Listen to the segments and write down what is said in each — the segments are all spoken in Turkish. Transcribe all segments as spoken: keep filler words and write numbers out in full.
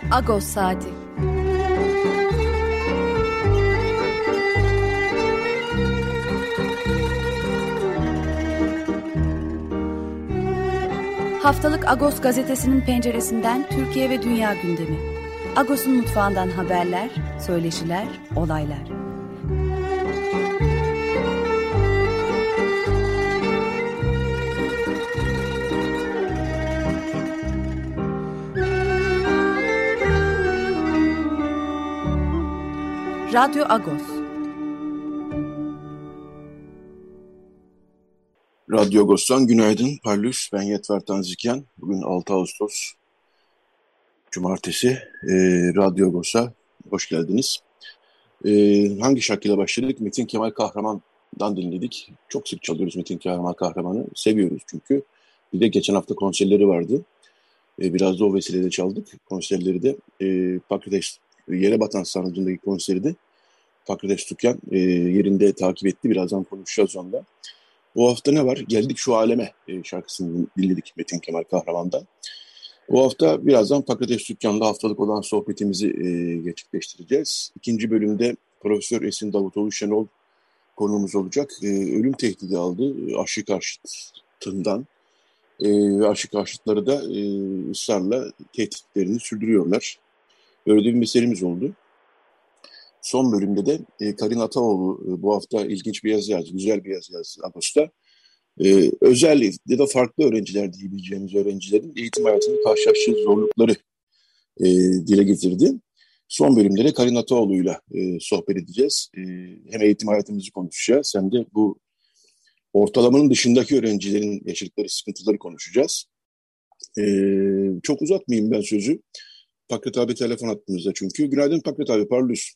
Agos Saati. Haftalık Agos gazetesinin penceresinden Türkiye ve dünya gündemi. Agos'un mutfağından haberler, söyleşiler, olaylar. Radyo Agos. Radyo Agos'tan günaydın. Parlus, ben Yetvar Tanzikyan. Bugün altı Ağustos Cumartesi. E, Radyo Agos'a hoş geldiniz. E, hangi şarkıyla başladık? Metin Kemal Kahraman'dan dinledik. Çok sık çalıyoruz Metin Kemal Kahraman'ı. Seviyoruz çünkü. Bir de geçen hafta konserleri vardı. E, biraz da o vesileyle çaldık. Konserleri de e, Pakrideş, Yere Batan Sarnıcı'ndaki konseri de Pakrideş Tukyan e, yerinde takip etti. Birazdan konuşacağız onunla. Bu hafta ne var? Geldik Şu Aleme e, şarkısını dinledik Metin Kemal Kahraman'dan. Bu hafta birazdan Pakrideş Tukyan'la haftalık olan sohbetimizi e, gerçekleştireceğiz. İkinci bölümde Profesör Esin Davutoğlu Şenol konuğumuz olacak. E, ölüm tehdidi aldı aşı karşıtından. E, ve aşı karşıtları da e, ısrarla tehditlerini sürdürüyorlar. Böyle bir meselemiz oldu. Son bölümde de e, Karin Ataoğlu e, bu hafta ilginç bir yazı yazdı, güzel bir yazı yazdı Ağustos'ta. E, özel ya da farklı öğrenciler diyebileceğimiz öğrencilerin eğitim hayatında karşılaştığı zorlukları e, dile getirdi. Son bölümde de Karin Ataoğlu'yla e, sohbet edeceğiz. E, hem eğitim hayatımızı konuşacağız hem de bu ortalamanın dışındaki öğrencilerin yaşadıkları sıkıntıları konuşacağız. E, çok uzatmayayım ben sözü. Pakrat abi telefon attığımızda çünkü. Günaydın Pakrat abi, Parlus.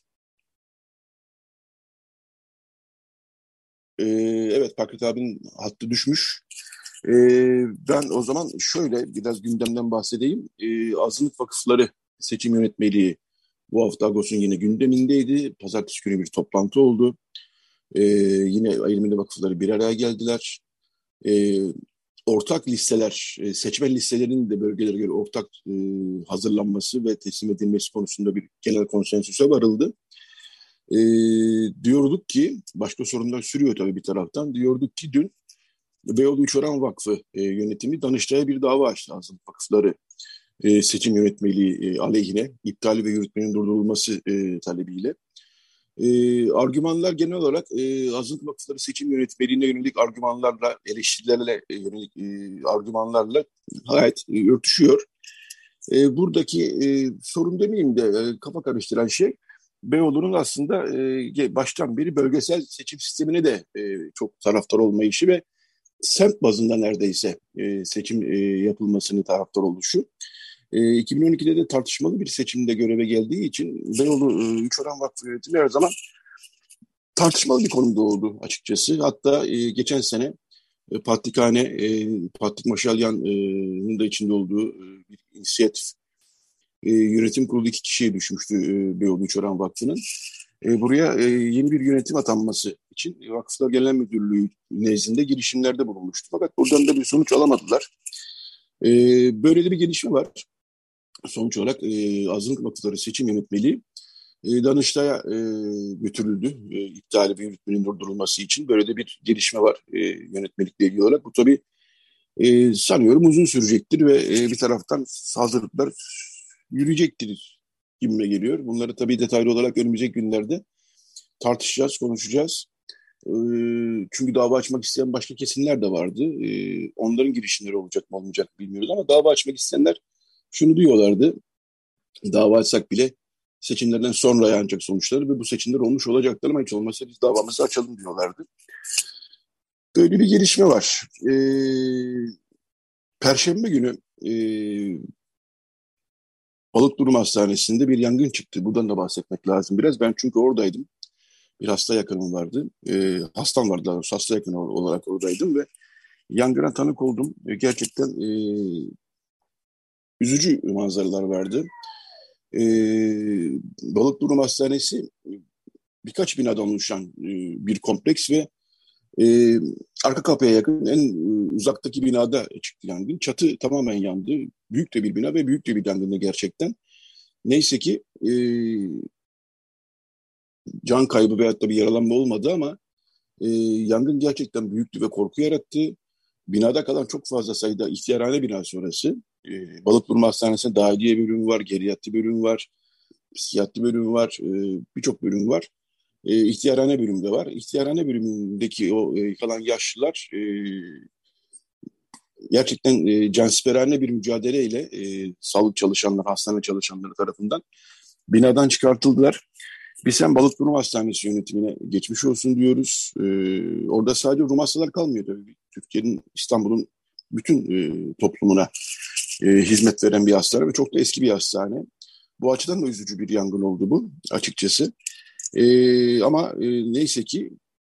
Ee, evet, Pakrat abinin hattı düşmüş. Ee, ben o zaman şöyle biraz gündemden bahsedeyim. Ee, Azınlık Vakıfları Seçim Yönetmeliği bu hafta Agos'un yine gündemindeydi. Pazartesi günü bir toplantı oldu. Ee, yine Ayrımlı Vakıfları bir araya geldiler. Ee, ortak listeler, seçmen listelerinin de bölgelere göre ortak e, hazırlanması ve teslim edilmesi konusunda bir genel konsensüse varıldı. E, diyorduk ki, başka sorunlar sürüyor tabii bir taraftan, diyorduk ki dün Beyoğlu Üçören Vakfı e, yönetimi Danıştay'a bir dava açtı Azınlık Vakıfları e, seçim yönetmeliği e, aleyhine, iptali ve yürütmenin durdurulması e, talebiyle. E, argümanlar genel olarak e, Azınlık Vakıfları seçim yönetmeliğine yönelik argümanlarla, eleştirilerle e, yönelik e, argümanlarla gayet e, örtüşüyor. E, buradaki e, sorun demeyeyim de e, kafa karıştıran şey, Beyoğlu'nun aslında e, baştan beri bölgesel seçim sistemine de e, çok taraftar olmayışı ve semt bazında neredeyse e, seçim e, yapılmasını taraftar oluşu. E, iki bin on ikide de tartışmalı bir seçimde göreve geldiği için Beyoğlu e, Üçören Vakfı yönetimi her zaman tartışmalı bir konumda oldu açıkçası. Hatta e, geçen sene e, Patrikhane, e, Patrik Maşalyan'ın da içinde olduğu e, bir inisiyatif, E, yönetim kurulu iki kişiye düşmüştü e, Beyoğlu Üçören Vakfı'nın. E, buraya e, yeni bir yönetim atanması için Vakıflar Genel Müdürlüğü nezdinde girişimlerde bulunmuştu. Fakat buradan da bir sonuç alamadılar. E, böyle de bir gelişme var. Sonuç olarak e, Azınlık Vakıfları seçim yönetmeliği e, Danıştay'a e, götürüldü. E, iptali ve yürütmenin durdurulması için böyle de bir gelişme var e, yönetmelikle ilgili olarak. Bu tabii e, sanıyorum uzun sürecektir ve e, bir taraftan hazırlıklar yürüyecektir gibime geliyor. Bunları tabii detaylı olarak önümüzdeki günlerde tartışacağız, konuşacağız. Ee, çünkü dava açmak isteyen başka kesimler de vardı. Ee, onların girişimleri olacak mı olmayacak bilmiyoruz ama dava açmak isteyenler şunu diyorlardı. Dava açsak bile seçimlerden sonra ancak sonuçları ve bu seçimler olmuş olacaklar ama hiç olmazsa biz davamızı açalım diyorlardı. Böyle bir gelişme var. Ee, Perşembe günü e, Balıkdurum Hastanesi'nde bir yangın çıktı. Buradan da bahsetmek lazım biraz. Ben çünkü oradaydım. Bir hasta yakınım vardı. E, hastam vardı daha doğrusu. Hasta yakını olarak oradaydım ve yangına tanık oldum. E, gerçekten e, üzücü manzaralar vardı. E, Balıkdurum Hastanesi birkaç binadan oluşan e, bir kompleks ve e, arka kapıya yakın en e, uzaktaki binada çıktı yangın. Çatı tamamen yandı. Büyük de bir bina ve büyük de bir yangındı gerçekten. Neyse ki e, can kaybı veyahut da bir yaralanma olmadı ama e, yangın gerçekten büyüktü ve korku yarattı. Binada kalan çok fazla sayıda ihtiyarhane binası orası. E, Balıkburnu Hastanesi'nde dahiliye bölümü var, geriatri bölümü var, psikiyatri bölümü var, e, birçok bölüm var. E, ihtiyarhane bölümü de var. İhtiyarhane bölümündeki o e, kalan yaşlılar e, gerçekten e, cansiperane bir mücadeleyle e, sağlık çalışanları, hastane çalışanları tarafından binadan çıkartıldılar. Biz hem Balıkburnu Hastanesi yönetimine geçmiş olsun diyoruz. Ee, orada sadece Rum hastalar kalmıyor tabii. Türkiye'nin, İstanbul'un bütün e, toplumuna e, hizmet veren bir hastane ve çok da eski bir hastane. Bu açıdan da üzücü bir yangın oldu bu açıkçası. Ee, ama e, neyse ki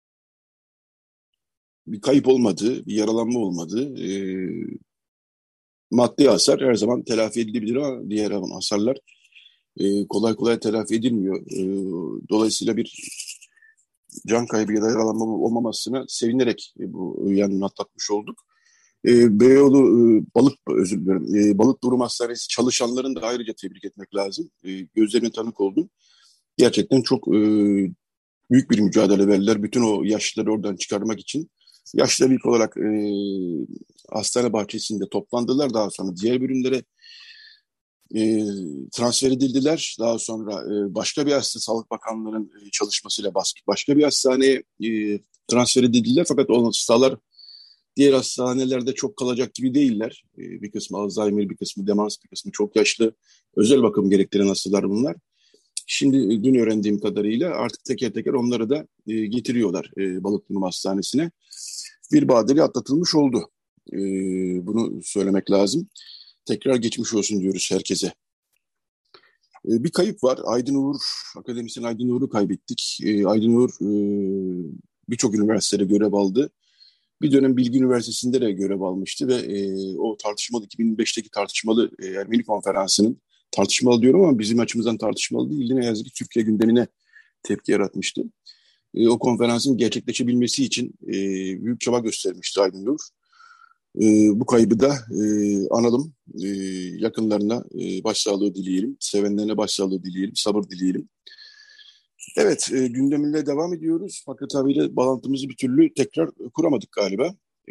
bir kayıp olmadı, bir yaralanma olmadı. Ee, maddi hasar her zaman telafi edilebilir ama diğer hasarlar e, kolay kolay telafi edilmiyor. E, dolayısıyla bir can kaybı ya da yaralanma olmamasına sevinerek e, bu yangını atlatmış olduk. E, Beyoğlu e, Balık özür dilerim. E, Balıkburnu Hastanesi çalışanlarını da ayrıca tebrik etmek lazım. E, gözlerine tanık oldum. Gerçekten çok e, büyük bir mücadele verdiler. Bütün o yaşlıları oradan çıkarmak için. Yaşlılar ilk olarak e, hastane bahçesinde toplandılar. Daha sonra diğer bölümlere e, transfer edildiler. Daha sonra e, başka bir hastane, Sağlık Bakanlığı'nın e, çalışmasıyla bas, başka bir hastaneye e, transfer edildiler. Fakat o hastalar diğer hastanelerde çok kalacak gibi değiller. E, bir kısmı Alzheimer, bir kısmı demans, bir kısmı çok yaşlı. Özel bakım gerektiren hastalar bunlar. Şimdi e, dün öğrendiğim kadarıyla artık teker teker onları da e, getiriyorlar e, Balıkburnu Hastanesi'ne. Bir badire atlatılmış oldu. E, bunu söylemek lazım. Tekrar geçmiş olsun diyoruz herkese. E, bir kayıp var. Aydın Uğur, akademisyen Aydın Uğur'u kaybettik. E, Aydın Uğur e, birçok üniversitede görev aldı. Bir dönem Bilgi Üniversitesi'nde de görev almıştı ve e, o tartışmalı iki bin beşteki tartışmalı e, Ermeni konferansının tartışmalı diyorum ama bizim açımızdan tartışmalı değil. Ne yazık ki Türkiye gündemine tepki yaratmıştı. E, o konferansın gerçekleşebilmesi için e, büyük çaba göstermişti Aydın Uğur. E, bu kaybı da e, analım. E, yakınlarına e, başsağlığı dileyelim. Sevenlerine başsağlığı dileyelim. Sabır dileyelim. Evet, e, gündemine devam ediyoruz. Fakat abiyle bağlantımızı bir türlü tekrar kuramadık galiba. E,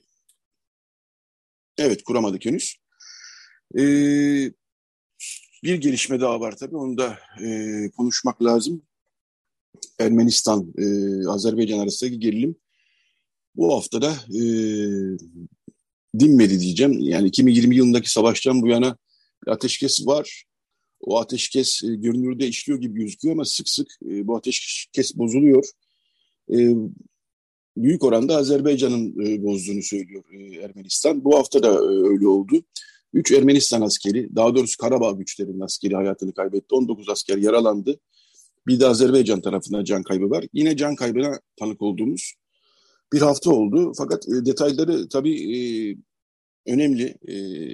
evet, kuramadık henüz. E, bir gelişme daha var tabii. Onu da e, konuşmak lazım. Ermenistan, e, Azerbaycan arasındaki gerilim bu haftada e, dinmedi diyeceğim. Yani iki bin yirmi yılındaki savaştan bu yana bir ateşkes var. O ateşkes e, görünürde işliyor gibi gözüküyor ama sık sık e, bu ateşkes bozuluyor. E, büyük oranda Azerbaycan'ın e, bozduğunu söylüyor e, Ermenistan. Bu hafta da e, öyle oldu. Üç Ermenistan askeri, daha doğrusu Karabağ güçlerinin askeri hayatını kaybetti. on dokuz asker yaralandı. Bir de Azerbaycan tarafından can kaybı var. Yine can kaybına tanık olduğumuz bir hafta oldu. Fakat e, detayları tabii e, önemli. E,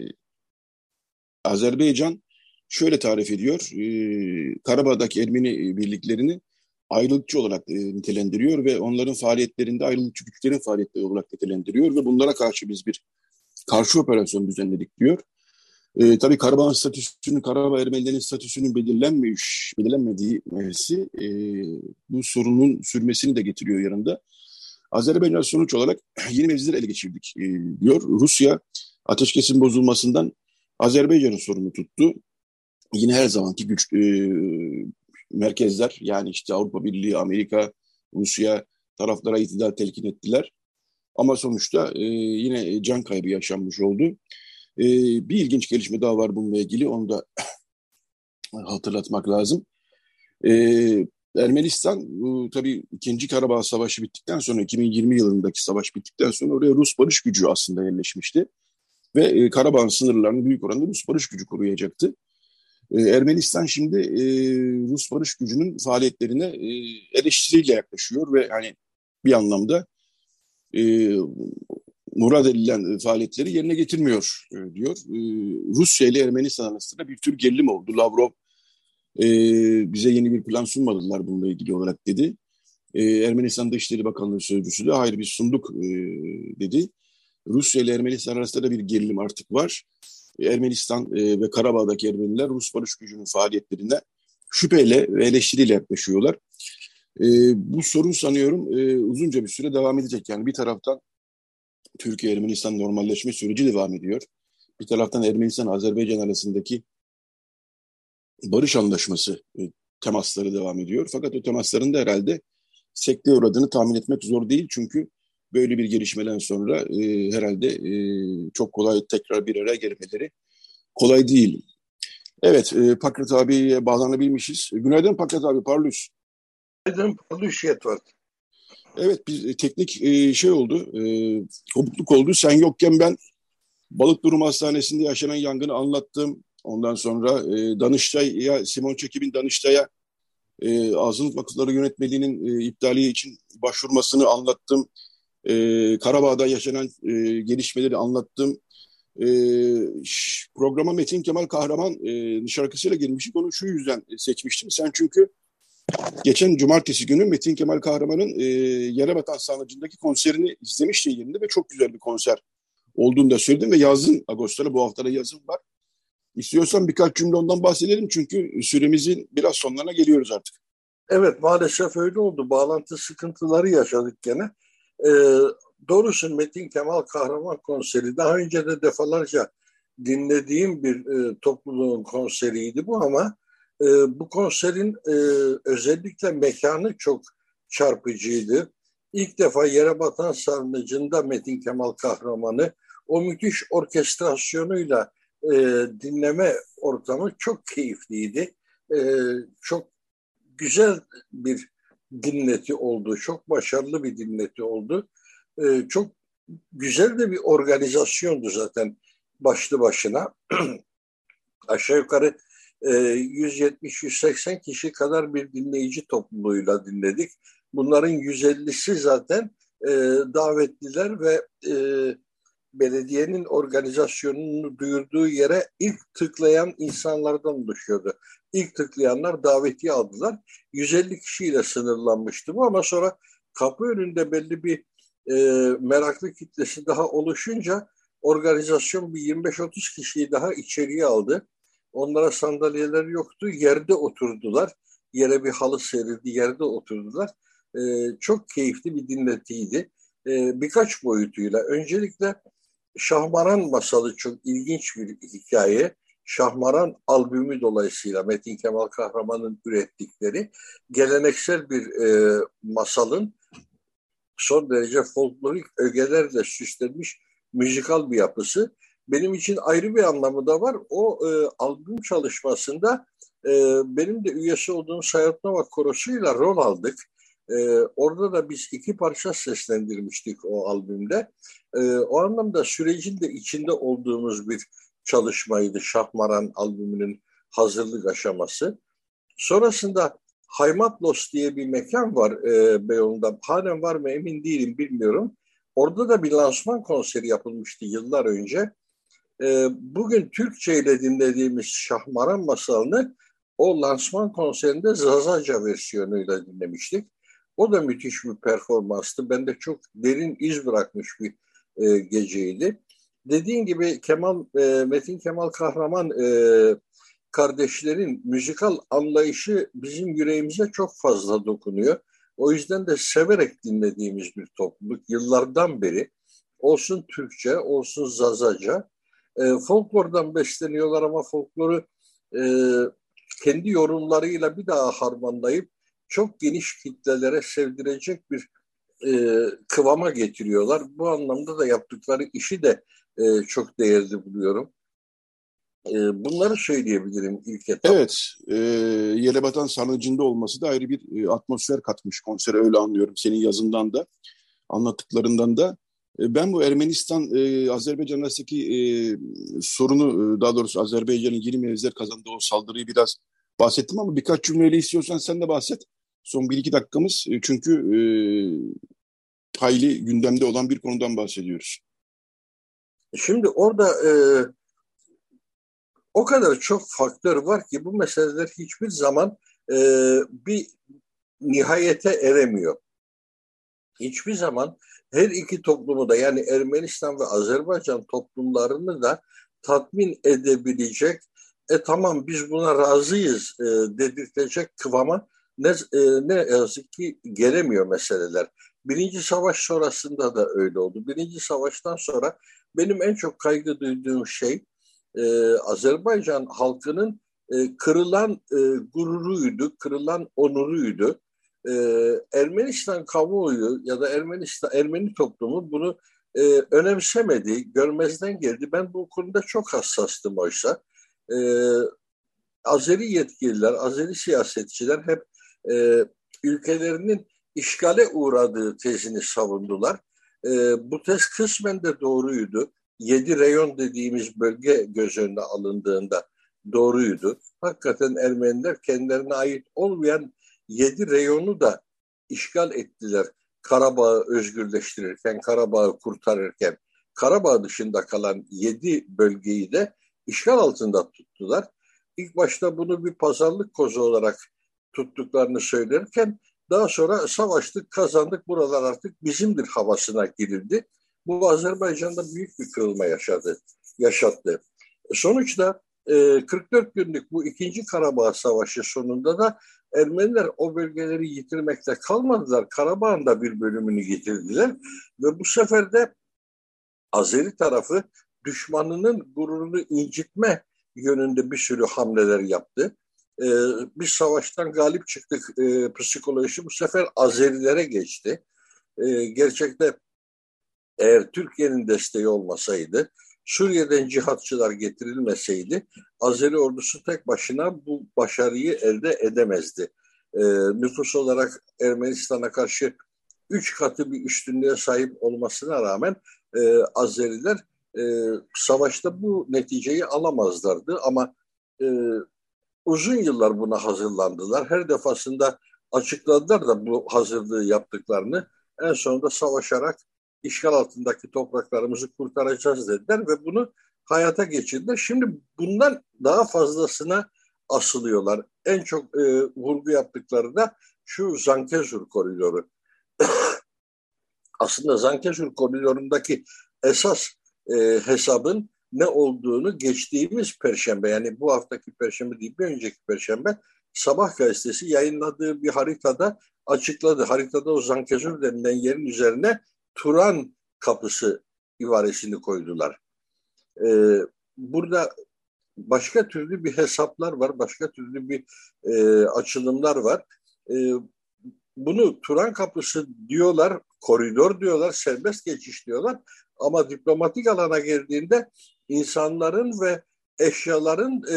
Azerbaycan şöyle tarif ediyor. E, Karabağ'daki Ermeni birliklerini ayrılıkçı olarak e, nitelendiriyor ve onların faaliyetlerinde ayrılıkçı güçlerin faaliyetleri olarak nitelendiriyor ve bunlara karşı biz bir karşı operasyon düzenledik diyor. E, tabii Karabağ'ın statüsünün, Karabağ Ermenilerin statüsünün belirlenmemiş, belirlenmediği mevsi e, bu sorunun sürmesini de getiriyor yanında. Azerbaycan sonuç olarak yeni mevzileri ele geçirdik e, diyor. Rusya ateşkesin bozulmasından Azerbaycan'ın sorumlu tuttu. Yine her zamanki güç e, merkezler yani işte Avrupa Birliği, Amerika, Rusya taraflara itidal telkin ettiler. Ama sonuçta e, yine can kaybı yaşanmış oldu. E, bir ilginç gelişme daha var bununla ilgili. Onu da hatırlatmak lazım. E, Ermenistan bu, tabii ikinci Karabağ Savaşı bittikten sonra iki bin yirmi yılındaki savaş bittikten sonra oraya Rus barış gücü aslında yerleşmişti. Ve e, Karabağ'ın sınırlarını büyük oranda Rus barış gücü koruyacaktı. E, Ermenistan şimdi e, Rus barış gücünün faaliyetlerine e, eleştiriyle yaklaşıyor ve hani bir anlamda e, murad edilen faaliyetleri yerine getirmiyor e, diyor. E, Rusya ile Ermenistan arasında bir tür gerilim oldu. Lavrov e, bize yeni bir plan sunmadılar bununla ilgili olarak dedi. E, Ermenistan Dışişleri Bakanlığı Sözcüsü de hayır biz sunduk e, dedi. Rusya ile Ermenistan arasında da bir gerilim artık var. Ermenistan e, ve Karabağ'daki Ermeniler Rus barış gücünün faaliyetlerine şüpheyle ve eleştiriyle yaklaşıyorlar. E, bu sorun sanıyorum e, uzunca bir süre devam edecek. Yani bir taraftan Türkiye-Ermenistan normalleşme süreci devam ediyor. Bir taraftan Ermenistan-Azerbaycan arasındaki barış anlaşması e, temasları devam ediyor. Fakat o temasların da herhalde sekteye uğradığını tahmin etmek zor değil. Çünkü böyle bir gelişmeden sonra e, herhalde e, çok kolay tekrar bir araya gelmeleri kolay değil. Evet, e, Pakrat abiye bağlanabilmişiz. Günaydın Pakrat abi, parlus. Günaydın parlus Yetvat. Evet, bir e, teknik e, şey oldu, e, kopukluk oldu. Sen yokken ben Balıkdurum Hastanesi'nde yaşanan yangını anlattım. Ondan sonra e, Danıştay'a, Simon Çekib'in Danıştay'a e, Azınlık Vakıfları Yönetmeliği'nin e, iptali için başvurmasını anlattım. E, Karabağ'da yaşanan e, gelişmeleri anlattım. E, ş, programa Metin Kemal Kahraman e, şarkısıyla girmiştik. Onu şu yüzden seçmiştim. Sen çünkü geçen cumartesi günü Metin Kemal Kahraman'ın e, Yerebatan Sarnıcı'ndaki konserini izlemiştin yerinde ve çok güzel bir konser olduğunu da söyledim ve yazın, Ağustos'ta bu haftada yazın var. İstiyorsan birkaç cümle ondan bahsedelim çünkü süremizin biraz sonlarına geliyoruz artık. Evet, maalesef öyle oldu. Bağlantı sıkıntıları yaşadık gene. Ee, doğrusu Metin Kemal Kahraman konseri daha önce de defalarca dinlediğim bir e, topluluğun konseriydi bu ama e, bu konserin e, özellikle mekanı çok çarpıcıydı. İlk defa Yerebatan Sarnıcı'nda Metin Kemal Kahraman'ı o müthiş orkestrasyonuyla e, dinleme ortamı çok keyifliydi. E, çok güzel bir dinleti oldu. Çok başarılı bir dinleti oldu. E, çok güzel de bir organizasyondu zaten başlı başına. Aşağı yukarı e, yüz yetmiş yüz seksen kişi kadar bir dinleyici topluluğuyla dinledik. Bunların yüz ellisi zaten e, davetliler ve e, belediyenin organizasyonunu duyurduğu yere ilk tıklayan insanlardan oluşuyordu. İlk tıklayanlar davetiye aldılar. yüz elli kişiyle sınırlanmıştı bu ama sonra kapı önünde belli bir e, meraklı kitlesi daha oluşunca organizasyon bir yirmi beş otuz kişiyi daha içeriye aldı. Onlara sandalyeler yoktu. Yerde oturdular. Yere bir halı serildi. Yerde oturdular. E, çok keyifli bir dinletiydi. E, birkaç boyutuyla. Öncelikle Şahmaran Masalı çok ilginç bir hikaye. Şahmaran albümü dolayısıyla Metin Kemal Kahraman'ın ürettikleri geleneksel bir e, masalın son derece folklorik ögelerle süslenmiş müzikal bir yapısı. Benim için ayrı bir anlamı da var. O e, albüm çalışmasında e, benim de üyesi olduğum Sayat Nova Korosu'yla rol aldık. Ee, orada da biz iki parça seslendirmiştik o albümde. Ee, o anlamda sürecin de içinde olduğumuz bir çalışmaydı Şahmaran albümünün hazırlık aşaması. Sonrasında Haymatlos diye bir mekan var e, Beyoğlu'nda. Halen var mı emin değilim bilmiyorum. Orada da bir lansman konseri yapılmıştı yıllar önce. E, bugün Türkçe ile dinlediğimiz Şahmaran masalını o lansman konserinde Zazaca versiyonuyla dinlemiştik. O da müthiş bir performanstı. Bende çok derin iz bırakmış bir e, geceydi. Dediğin gibi Kemal e, Metin Kemal Kahraman e, kardeşlerin müzikal anlayışı bizim yüreğimize çok fazla dokunuyor. O yüzden de severek dinlediğimiz bir topluluk yıllardan beri. Olsun Türkçe, olsun Zazaca. E, folklordan besleniyorlar ama folkloru e, kendi yorumlarıyla bir daha harmanlayıp çok geniş kitlelere sevdirecek bir e, kıvama getiriyorlar. Bu anlamda da yaptıkları işi de e, çok değerli buluyorum. E, bunları söyleyebilirim ilk etap. Evet, e, Yerebatan Sarnıcı'nda olması da ayrı bir e, atmosfer katmış konsere, öyle anlıyorum senin yazından da, anlattıklarından da. E, ben bu Ermenistan-Azerbaycan e, arasındaki e, sorunu, e, daha doğrusu Azerbaycan'ın yeni mevziler kazandığı o saldırıyı biraz bahsettim ama birkaç cümleyle istiyorsan sen de bahset. Son bir iki dakikamız çünkü e, hayli gündemde olan bir konudan bahsediyoruz. Şimdi orada e, o kadar çok faktör var ki bu meseleler hiçbir zaman e, bir nihayete eremiyor. Hiçbir zaman her iki toplumu da yani Ermenistan ve Azerbaycan toplumlarını da tatmin edebilecek, e tamam biz buna razıyız e, dedirtecek kıvama ne, e, ne yazık ki gelemiyor meseleler. Birinci Savaş sonrasında da öyle oldu. Birinci Savaş'tan sonra benim en çok kaygı duyduğum şey e, Azerbaycan halkının e, kırılan e, gururuydu, kırılan onuruydu. E, Ermenistan kamuoyu ya da Ermenistan Ermeni toplumu bunu e, önemsemedi, görmezden geldi. Ben bu konuda çok hassastım oysa. E, Azeri yetkililer, Azeri siyasetçiler hep e, ülkelerinin işgale uğradığı tezini savundular. E, bu tez kısmen de doğruydu. Yedi reyon dediğimiz bölge göz önüne alındığında doğruydu. Hakikaten Ermeniler kendilerine ait olmayan yedi reyonu da işgal ettiler. Karabağ'ı özgürleştirirken, Karabağ'ı kurtarırken, Karabağ dışında kalan yedi bölgeyi de işgal altında tuttular. İlk başta bunu bir pazarlık kozu olarak tuttuklarını söylerken daha sonra savaştık, kazandık, buralar artık bizimdir havasına girildi. Bu Azerbaycan'da büyük bir kırılma yaşadı, yaşattı. Sonuçta e, kırk dört günlük bu ikinci Karabağ Savaşı sonunda da Ermeniler o bölgeleri yitirmekte kalmadılar. Karabağ'ın da bir bölümünü yitirdiler ve bu sefer de Azeri tarafı düşmanının gururunu incitme yönünde bir sürü hamleler yaptı. Ee, biz savaştan galip çıktık e, psikolojisi bu sefer Azerilere geçti. Ee, gerçekte eğer Türkiye'nin desteği olmasaydı, Suriye'den cihatçılar getirilmeseydi, Azeri ordusu tek başına bu başarıyı elde edemezdi. Ee, nüfus olarak Ermenistan'a karşı üç katı bir üstünlüğe sahip olmasına rağmen e, Azeriler e, savaşta bu neticeyi alamazlardı ama e, uzun yıllar buna hazırlandılar. Her defasında açıkladılar da bu hazırlığı yaptıklarını. En sonunda savaşarak işgal altındaki topraklarımızı kurtaracağız dediler ve bunu hayata geçirdiler. Şimdi bundan daha fazlasına asılıyorlar. En çok e, vurgu yaptıkları da şu Zangezur koridoru. Aslında Zangezur koridorundaki esas e, hesabın ne olduğunu geçtiğimiz Perşembe, yani bu haftaki Perşembe değil bir önceki Perşembe Sabah gazetesi yayınladığı bir haritada açıkladı. Haritada o Zangezur denilen yerin üzerine Turan Kapısı ibaresini koydular. Ee, burada başka türlü bir hesaplar var, başka türlü bir e, açılımlar var. E, bunu Turan Kapısı diyorlar, koridor diyorlar, serbest geçiş diyorlar. Ama diplomatik alana geldiğinde insanların ve eşyaların e,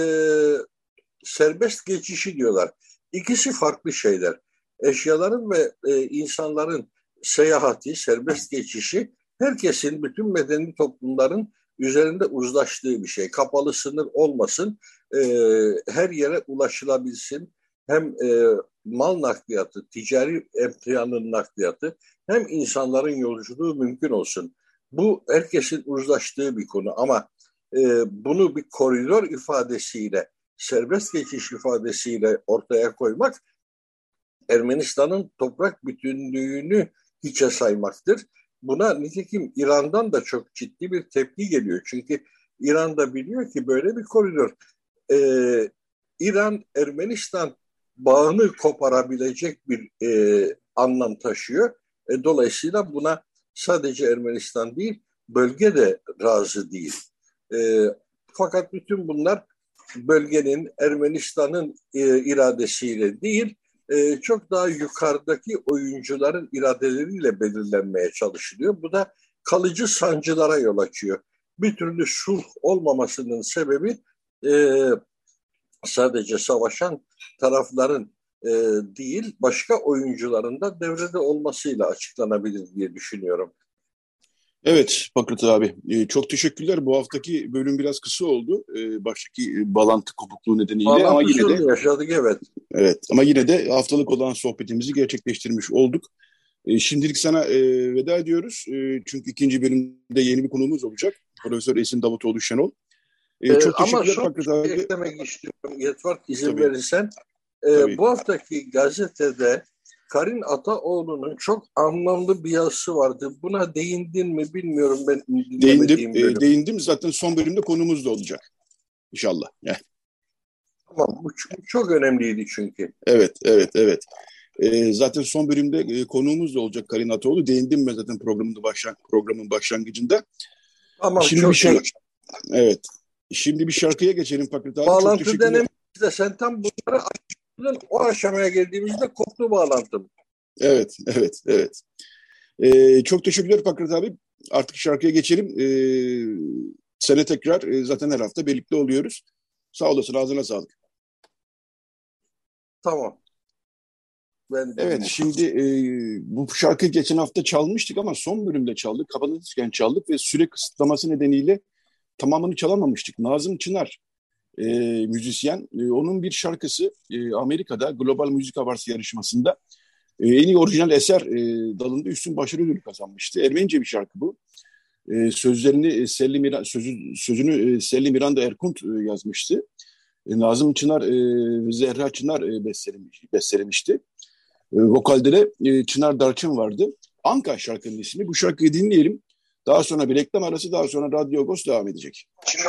serbest geçişi diyorlar. İkisi farklı şeyler. Eşyaların ve e, insanların seyahati, serbest geçişi herkesin, bütün medeni toplumların üzerinde uzlaştığı bir şey. Kapalı sınır olmasın, e, her yere ulaşılabilsin. Hem e, mal nakliyatı, ticari emtianın nakliyatı, hem insanların yolculuğu mümkün olsun. Bu herkesin uzlaştığı bir konu ama e, bunu bir koridor ifadesiyle, serbest geçiş ifadesiyle ortaya koymak Ermenistan'ın toprak bütünlüğünü hiçe saymaktır. Buna nitekim İran'dan da çok ciddi bir tepki geliyor. Çünkü İran da biliyor ki böyle bir koridor. Ee, İran, Ermenistan bağını koparabilecek bir e, anlam taşıyor. E, dolayısıyla buna sadece Ermenistan değil, bölge de razı değil. E, fakat bütün bunlar bölgenin, Ermenistan'ın e, iradesiyle değil, e, çok daha yukarıdaki oyuncuların iradeleriyle belirlenmeye çalışılıyor. Bu da kalıcı sancılara yol açıyor. Bir türlü sulh olmamasının sebebi e, sadece savaşan tarafların e, değil, başka oyuncuların da devrede olmasıyla açıklanabilir diye düşünüyorum. Evet Fakret abi, ee, çok teşekkürler. Bu haftaki bölüm biraz kısa oldu. Ee, baştaki e, bağlantı kopukluğu nedeniyle Bağlantı ama yine de yaşadık evet. Evet ama yine de haftalık olan sohbetimizi gerçekleştirmiş olduk. Ee, şimdilik sana e, veda ediyoruz. E, çünkü ikinci bölümde yeni bir konuğumuz olacak. Profesör Esin Davutoğlu Şenol. Ee, Ee, çok ama teşekkürler son Fakret bir abi. eklemek istiyorum. Yetvart izin Tabii. verirsen. Ee, Tabii. bu haftaki gazetede Karin Ataoğlu'nun çok anlamlı bir yazısı vardı. Buna değindin mi bilmiyorum, ben Değindim, dinlemediğim e, bölüm. değindim. Zaten son bölümde konumuz da olacak. İnşallah. Yani, Tamam, bu ç- çok önemliydi çünkü. evet, evet, evet. E, zaten son bölümde e, konuğumuz da olacak Karin Ataoğlu. Değindim ben zaten programın, başlan programın başlangıcında. Tamam, Şimdi bir çok iyi. şarkı, evet. Şimdi bir şarkıya geçelim Fakret abi. Çok Bağlantı teşekkürler. denememizde sen tam bunları açtın. O aşamaya geldiğimizde koptu bağlantım. Evet, evet, evet. E, çok teşekkürler Fakret abi. Artık şarkıya geçelim. E, sene tekrar e, zaten her hafta birlikte oluyoruz. Sağ olasın, ağzına sağlık. Tamam. Ben Evet, dinliyorum. şimdi e, bu şarkıyı geçen hafta çalmıştık ama son bölümde çaldık. Kapatırken çaldık ve süre kısıtlaması nedeniyle tamamını çalamamıştık. Nazım Çınar, e, müzisyen, e, onun bir şarkısı e, Amerika'da Global Müzik Awards yarışmasında e, en iyi orijinal eser e, dalında üstün başarı ödülü kazanmıştı. Ermenice bir şarkı bu. E, sözlerini e, Selli Mira, sözü, sözünü e, Selli Miranda Erkunt e, yazmıştı. E, Nazım Çınar e, ve Zehra Çınar e, bestelemiş, bestelemişti. E, vokalde de e, Çınar Darçın vardı. Anka şarkının ismi. Bu şarkıyı dinleyelim. Daha sonra bir reklam arası, daha sonra Radyo Agos devam edecek.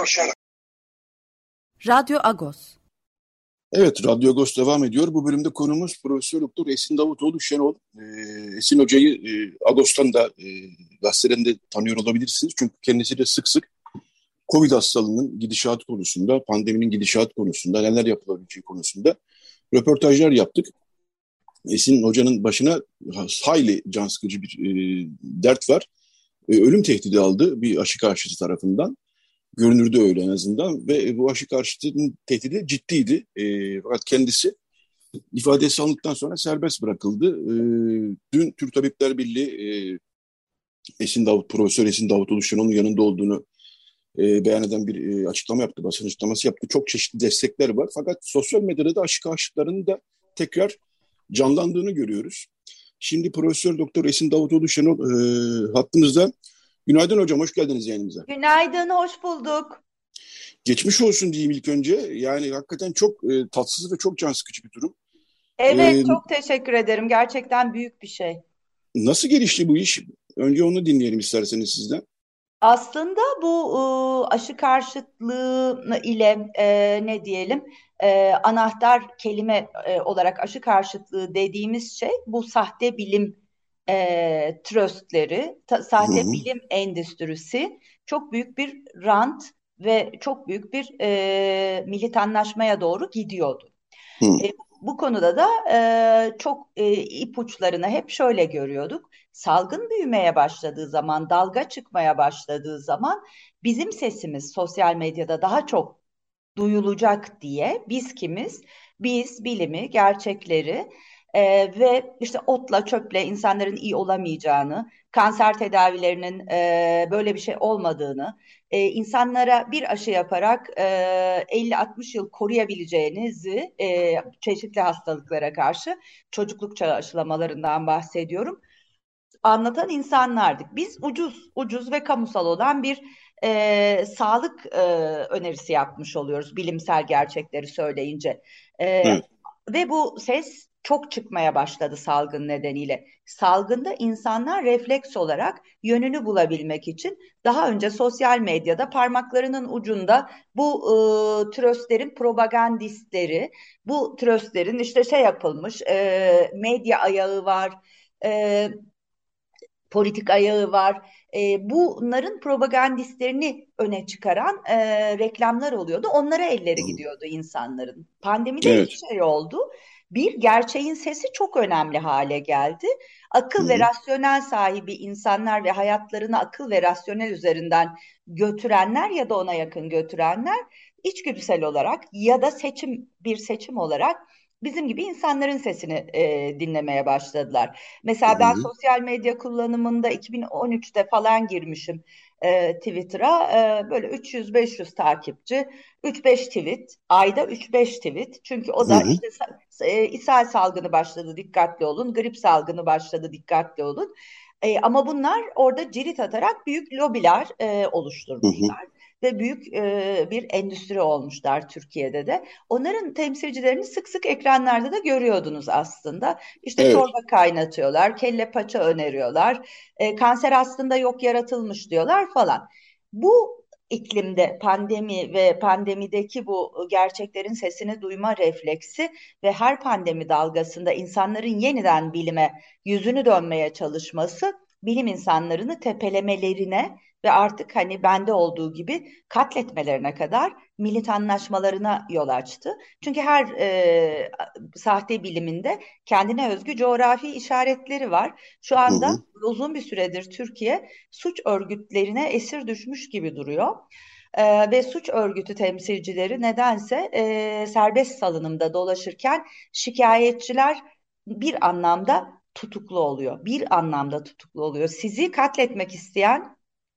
Radyo Agos. Evet, Radyo Agos devam ediyor. Bu bölümde konumuz Profesör Doktor Esin Davutoğlu Şenol. Ee, Esin Hoca'yı e, Agos'tan da e, gazeteden de tanıyor olabilirsiniz. Çünkü kendisi de sık sık Covid hastalığının gidişatı konusunda, pandeminin gidişatı konusunda, neler yapılabileceği konusunda röportajlar yaptık. Esin Hoca'nın başına hayli can sıkıcı bir e, dert var. E, ölüm tehdidi aldı bir aşı karşıtı tarafından. Görünürde öyle en azından ve bu aşı karşıtının tehdidi ciddiydi. E, fakat kendisi ifadesi alındıktan sonra serbest bırakıldı. E, dün Türk Tabipler Birliği e, Esin Davut, Profesör Esin Davutoğlu Şenol'un yanında olduğunu e, beyan eden bir e, açıklama yaptı, basın açıklaması yaptı. Çok çeşitli destekler var. Fakat sosyal medyada da aşı karşıtlarının da tekrar canlandığını görüyoruz. Şimdi Profesör Doktor Esin Davutoğlu Şenol e, hattımızda. Günaydın hocam, hoş geldiniz yayınımıza. Günaydın, hoş bulduk. Geçmiş olsun diyeyim ilk önce. Yani hakikaten çok e, tatsız ve çok can sıkıcı bir durum. Evet, E, çok teşekkür ederim. Gerçekten büyük bir şey. Nasıl gelişti bu iş? Önce onu dinleyelim isterseniz sizden. Aslında bu e, aşı karşıtlığı ile e, ne diyelim e, anahtar kelime e, olarak aşı karşıtlığı dediğimiz şey bu sahte bilim e, tröstleri, ta- Hı sahte hı. bilim endüstrisi çok büyük bir rant ve çok büyük bir e, militanlaşmaya doğru gidiyordu. Hı E, Bu konuda da e, çok e, ipuçlarını hep şöyle görüyorduk. Salgın büyümeye başladığı zaman, dalga çıkmaya başladığı zaman bizim sesimiz sosyal medyada daha çok duyulacak diye biz kimiz? Biz bilimi, gerçekleri e, ve işte otla çöple insanların iyi olamayacağını, kanser tedavilerinin e, böyle bir şey olmadığını, e, insanlara bir aşı yaparak e, elli altmış yıl koruyabileceğinizi e, çeşitli hastalıklara karşı çocukluk çağı aşılamalarından bahsediyorum anlatan insanlardık. Biz ucuz, ucuz ve kamusal olan bir e, sağlık e, önerisi yapmış oluyoruz bilimsel gerçekleri söyleyince. E, Evet. Ve bu ses çok çıkmaya başladı salgın nedeniyle. Salgında insanlar refleks olarak yönünü bulabilmek için daha önce sosyal medyada parmaklarının ucunda bu e, tröstlerin propagandistleri, bu tröstlerin işte şey yapılmış e, medya ayağı var, e, politik ayağı var. E, bunların propagandistlerini öne çıkaran e, reklamlar oluyordu. Onlara elleri gidiyordu insanların. Pandemide Evet. iki şey oldu. Bir, gerçeğin sesi çok önemli hale geldi. Hı Akıl ve hı. rasyonel sahibi insanlar ve hayatlarını akıl ve rasyonel üzerinden götürenler ya da ona yakın götürenler içgüdüsel olarak ya da seçim bir seçim olarak bizim gibi insanların sesini e, dinlemeye başladılar. Hı Mesela ben hı. sosyal medya kullanımında iki bin on üçte falan girmişim e, Twitter'a. E, böyle üç yüz beş yüz takipçi, üç beş tweet, ayda üç beş tweet. Çünkü o Hı da hı. işte e, ishal salgını başladı dikkatli olun, grip salgını başladı dikkatli olun. E, ama bunlar orada cirit atarak büyük lobiler e, Hı hı. oluşturmuşlar. ve büyük e, bir endüstri olmuşlar Türkiye'de de. Onların temsilcilerini sık sık ekranlarda da görüyordunuz aslında. İşte Evet. çorba kaynatıyorlar, kelle paça öneriyorlar, e, kanser aslında yok yaratılmış diyorlar falan. Bu iklimde pandemi ve pandemideki bu gerçeklerin sesini duyma refleksi ve her pandemi dalgasında insanların yeniden bilime yüzünü dönmeye çalışması bilim insanlarını tepelemelerine ve artık hani bende olduğu gibi katletmelerine kadar militanlaşmalarına yol açtı. Çünkü her e, sahte biliminde kendine özgü coğrafi işaretleri var. Şu Hı anda hı. uzun bir süredir Türkiye suç örgütlerine esir düşmüş gibi duruyor. Ee, ve suç örgütü temsilcileri nedense e, serbest salınımda dolaşırken şikayetçiler bir anlamda tutuklu oluyor. Bir anlamda tutuklu oluyor. Sizi katletmek isteyen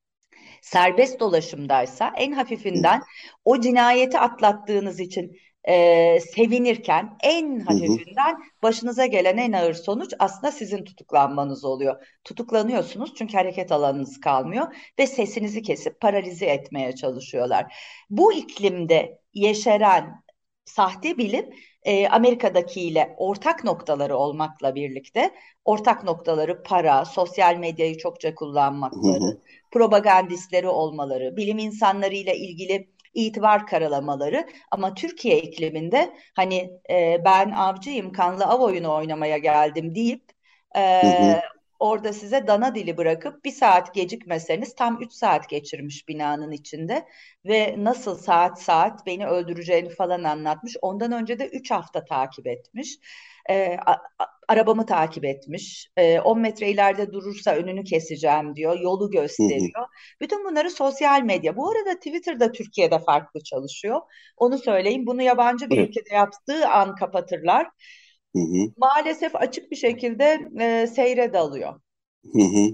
serbest dolaşımdaysa en hafifinden o cinayeti atlattığınız için e, sevinirken en Hı hı. hafifinden başınıza gelen en ağır sonuç aslında sizin tutuklanmanız oluyor. Tutuklanıyorsunuz çünkü hareket alanınız kalmıyor ve sesinizi kesip paralize etmeye çalışıyorlar. Bu iklimde yeşeren sahte bilim e, Amerika'dakiyle ortak noktaları olmakla birlikte ortak noktaları para, sosyal medyayı çokça Hı hı. kullanmakları, propagandistleri olmaları, bilim insanlarıyla ilgili itibar karalamaları ama Türkiye ikliminde hani e, ben avcıyım kanlı av oyunu oynamaya geldim deyip Hı e, hı. orada size dana dili bırakıp bir saat gecikmeseniz tam üç saat geçirmiş binanın içinde ve nasıl saat saat beni öldüreceğini falan anlatmış. Ondan önce de üç hafta takip etmiş. E, a, a, arabamı takip etmiş. E, on metre ileride durursa önünü keseceğim diyor. Yolu Hı hı. gösteriyor. Bütün bunları sosyal medya. Bu arada Twitter'da Türkiye'de farklı çalışıyor. Onu söyleyeyim. Bunu yabancı bir Evet. ülkede yaptığı an kapatırlar. Hı hı. Maalesef açık bir şekilde e, seyre dalıyor. Hı hı.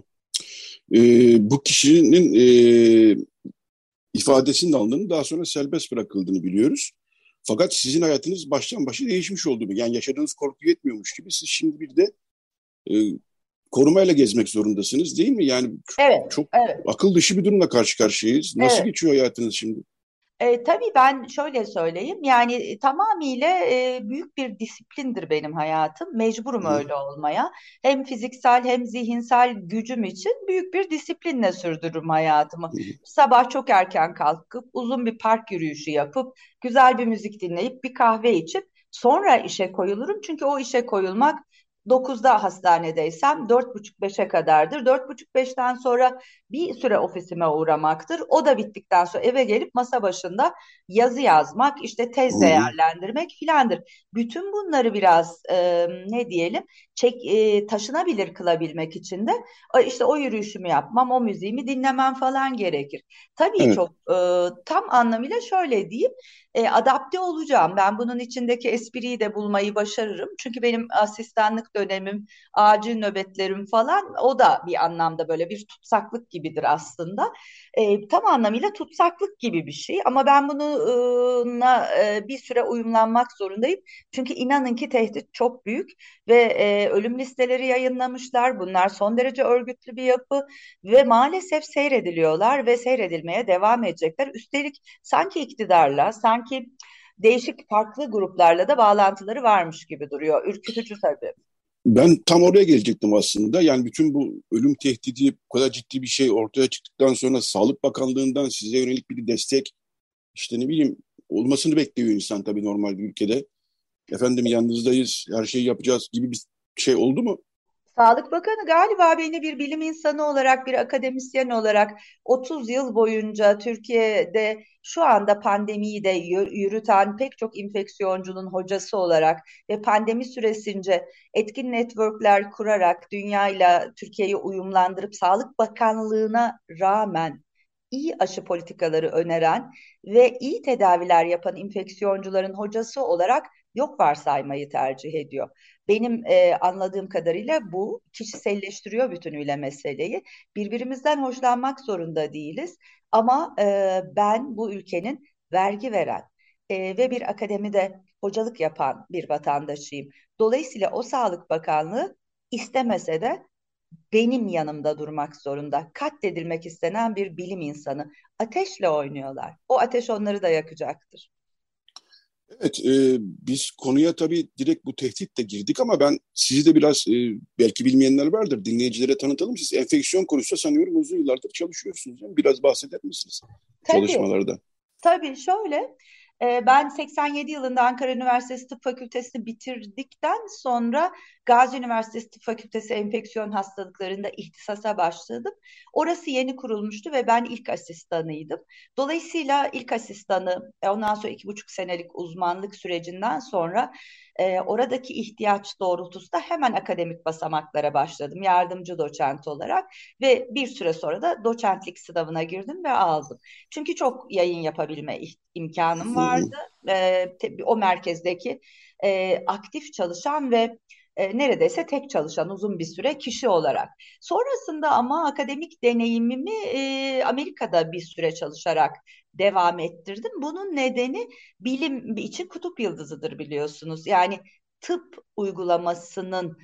Ee, bu kişinin e, ifadesinin alındığını, daha sonra serbest bırakıldığını biliyoruz. Fakat sizin hayatınız baştan başa değişmiş oldu mu? Yani yaşadığınız korku yetmiyormuş gibi siz şimdi bir de e, korumayla gezmek zorundasınız, değil mi? Yani Evet, çok evet, akıl dışı bir durumla karşı karşıyayız. Nasıl evet. geçiyor hayatınız şimdi? E, tabii ben şöyle söyleyeyim yani e, tamamıyla e, büyük bir disiplindir benim hayatım. Mecburum Hı öyle olmaya. Hem fiziksel hem zihinsel gücüm için büyük bir disiplinle sürdürürüm hayatımı. hı. Sabah çok erken kalkıp uzun bir park yürüyüşü yapıp güzel bir müzik dinleyip bir kahve içip sonra işe koyulurum. Çünkü o işe koyulmak dokuzda hastanedeysem dört buçuk beşe kadardır. Dört buçuk beşten sonra bir süre ofisime uğramaktır. O da bittikten sonra eve gelip masa başında yazı yazmak, işte Hı tez hı. değerlendirmek filandır. Bütün bunları biraz e, ne diyelim çek, e, taşınabilir kılabilmek için de e, işte o yürüyüşümü yapmam, o müziğimi dinlemem falan gerekir. Tabii Evet. çok e, tam anlamıyla şöyle diyeyim, e, adapte olacağım. Ben bunun içindeki espriyi de bulmayı başarırım. Çünkü benim asistanlık dönemim, acil nöbetlerim falan o da bir anlamda böyle bir tutsaklık gibidir aslında. E, tam anlamıyla tutsaklık gibi bir şey ama ben bununla e, bir süre uyumlanmak zorundayım. Çünkü inanın ki tehdit çok büyük ve e, ölüm listeleri yayınlamışlar. Bunlar son derece örgütlü bir yapı ve maalesef seyrediliyorlar ve seyredilmeye devam edecekler. Üstelik sanki iktidarla, sanki değişik farklı gruplarla da bağlantıları varmış gibi duruyor. Ürkütücü tabii. Ben tam oraya gelecektim aslında. Yani bütün bu ölüm tehdidi, bu kadar ciddi bir şey ortaya çıktıktan sonra Sağlık Bakanlığı'ndan size yönelik bir destek, işte ne bileyim, olmasını bekliyor insan tabii normal bir ülkede. Efendim yanınızdayız, her şeyi yapacağız gibi bir şey oldu mu? Sağlık Bakanı galiba beni bir bilim insanı olarak, bir akademisyen olarak otuz yıl boyunca Türkiye'de şu anda pandemiyi de yürüten pek çok infeksiyoncunun hocası olarak ve pandemi süresince etkin networkler kurarak dünyayla Türkiye'yi uyumlandırıp Sağlık Bakanlığı'na rağmen iyi aşı politikaları öneren ve iyi tedaviler yapan infeksiyoncuların hocası olarak yok varsaymayı tercih ediyor. Benim e, anladığım kadarıyla bu kişiselleştiriyor bütünüyle meseleyi. Birbirimizden hoşlanmak zorunda değiliz ama e, ben bu ülkenin vergi veren e, ve bir akademide hocalık yapan bir vatandaşıyım. Dolayısıyla o Sağlık Bakanlığı istemese de benim yanımda durmak zorunda. Katledilmek istenen bir bilim insanı. Ateşle oynuyorlar. O ateş onları da yakacaktır. Evet, e, biz konuya tabii direkt bu tehditle girdik ama ben sizi de biraz e, belki bilmeyenler vardır, dinleyicilere tanıtalım. Siz enfeksiyon konusunda sanıyorum uzun yıllardır çalışıyorsunuz, değil mi? Biraz bahseder misiniz Tabii. çalışmalardan? Tabii şöyle, e, ben seksen yedi yılında Ankara Üniversitesi Tıp Fakültesini bitirdikten sonra Gazi Üniversitesi Tıp Fakültesi Enfeksiyon Hastalıklarında ihtisasa başladım. Orası yeni kurulmuştu ve ben ilk asistanıydım. Dolayısıyla ilk asistanı, e, ondan sonra iki buçuk senelik uzmanlık sürecinden sonra e, oradaki ihtiyaç doğrultusunda hemen akademik basamaklara başladım yardımcı doçent olarak ve bir süre sonra da doçentlik sınavına girdim ve aldım. Çünkü çok yayın yapabilme imkanım Hı hı, vardı. E, o merkezdeki e, aktif çalışan ve e, neredeyse tek çalışan uzun bir süre kişi olarak. Sonrasında ama akademik deneyimimi e, Amerika'da bir süre çalışarak devam ettirdim. Bunun nedeni bilim için kutup yıldızıdır biliyorsunuz. Yani tıp uygulamasının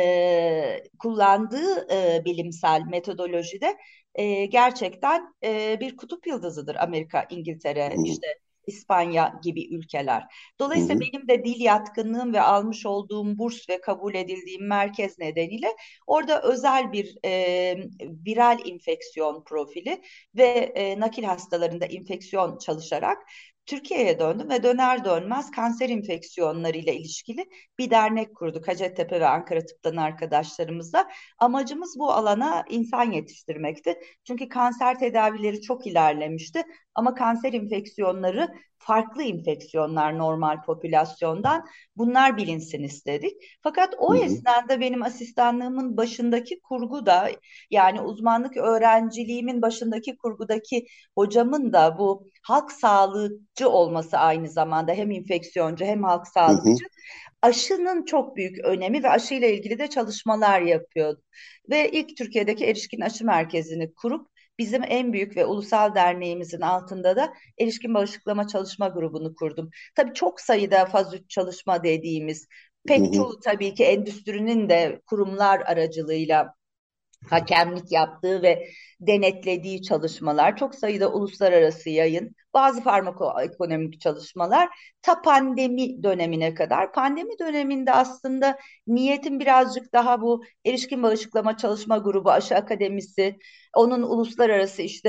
e, kullandığı e, bilimsel metodolojide e, gerçekten e, bir kutup yıldızıdır Amerika, İngiltere, hı işte İspanya gibi ülkeler. Dolayısıyla hı, benim de dil yatkınlığım ve almış olduğum burs ve kabul edildiğim merkez nedeniyle orada özel bir e, viral infeksiyon profili ve e, nakil hastalarında infeksiyon çalışarak Türkiye'ye döndüm ve döner dönmez kanser infeksiyonları ile ilişkili bir dernek kurduk Hacettepe ve Ankara Tıp'tan arkadaşlarımızla. Amacımız bu alana insan yetiştirmekti. Çünkü kanser tedavileri çok ilerlemişti ama kanser infeksiyonları farklı infeksiyonlar normal popülasyondan. Bunlar bilinsin istedik. Fakat hı o hı, esnada benim asistanlığımın başındaki kurgu da yani uzmanlık öğrenciliğimin başındaki kurgudaki hocamın da bu halk sağlıkçı olması aynı zamanda hem infeksiyoncu hem halk hı hı, sağlıkçı aşının çok büyük önemi ve aşıyla ilgili de çalışmalar yapıyordu. Ve ilk Türkiye'deki erişkin aşı merkezini kurup bizim en büyük ve ulusal derneğimizin altında da erişkin bağışıklama çalışma grubunu kurdum. Tabii çok sayıda faz üç çalışma dediğimiz hı pek hı, çoğu tabii ki endüstrinin de kurumlar aracılığıyla hakemlik yaptığı ve denetlediği çalışmalar, çok sayıda uluslararası yayın, bazı farmakoekonomik çalışmalar ta pandemi dönemine kadar. Pandemi döneminde aslında niyetim birazcık daha bu erişkin bağışıklama çalışma grubu, aşı akademisi, onun uluslararası işte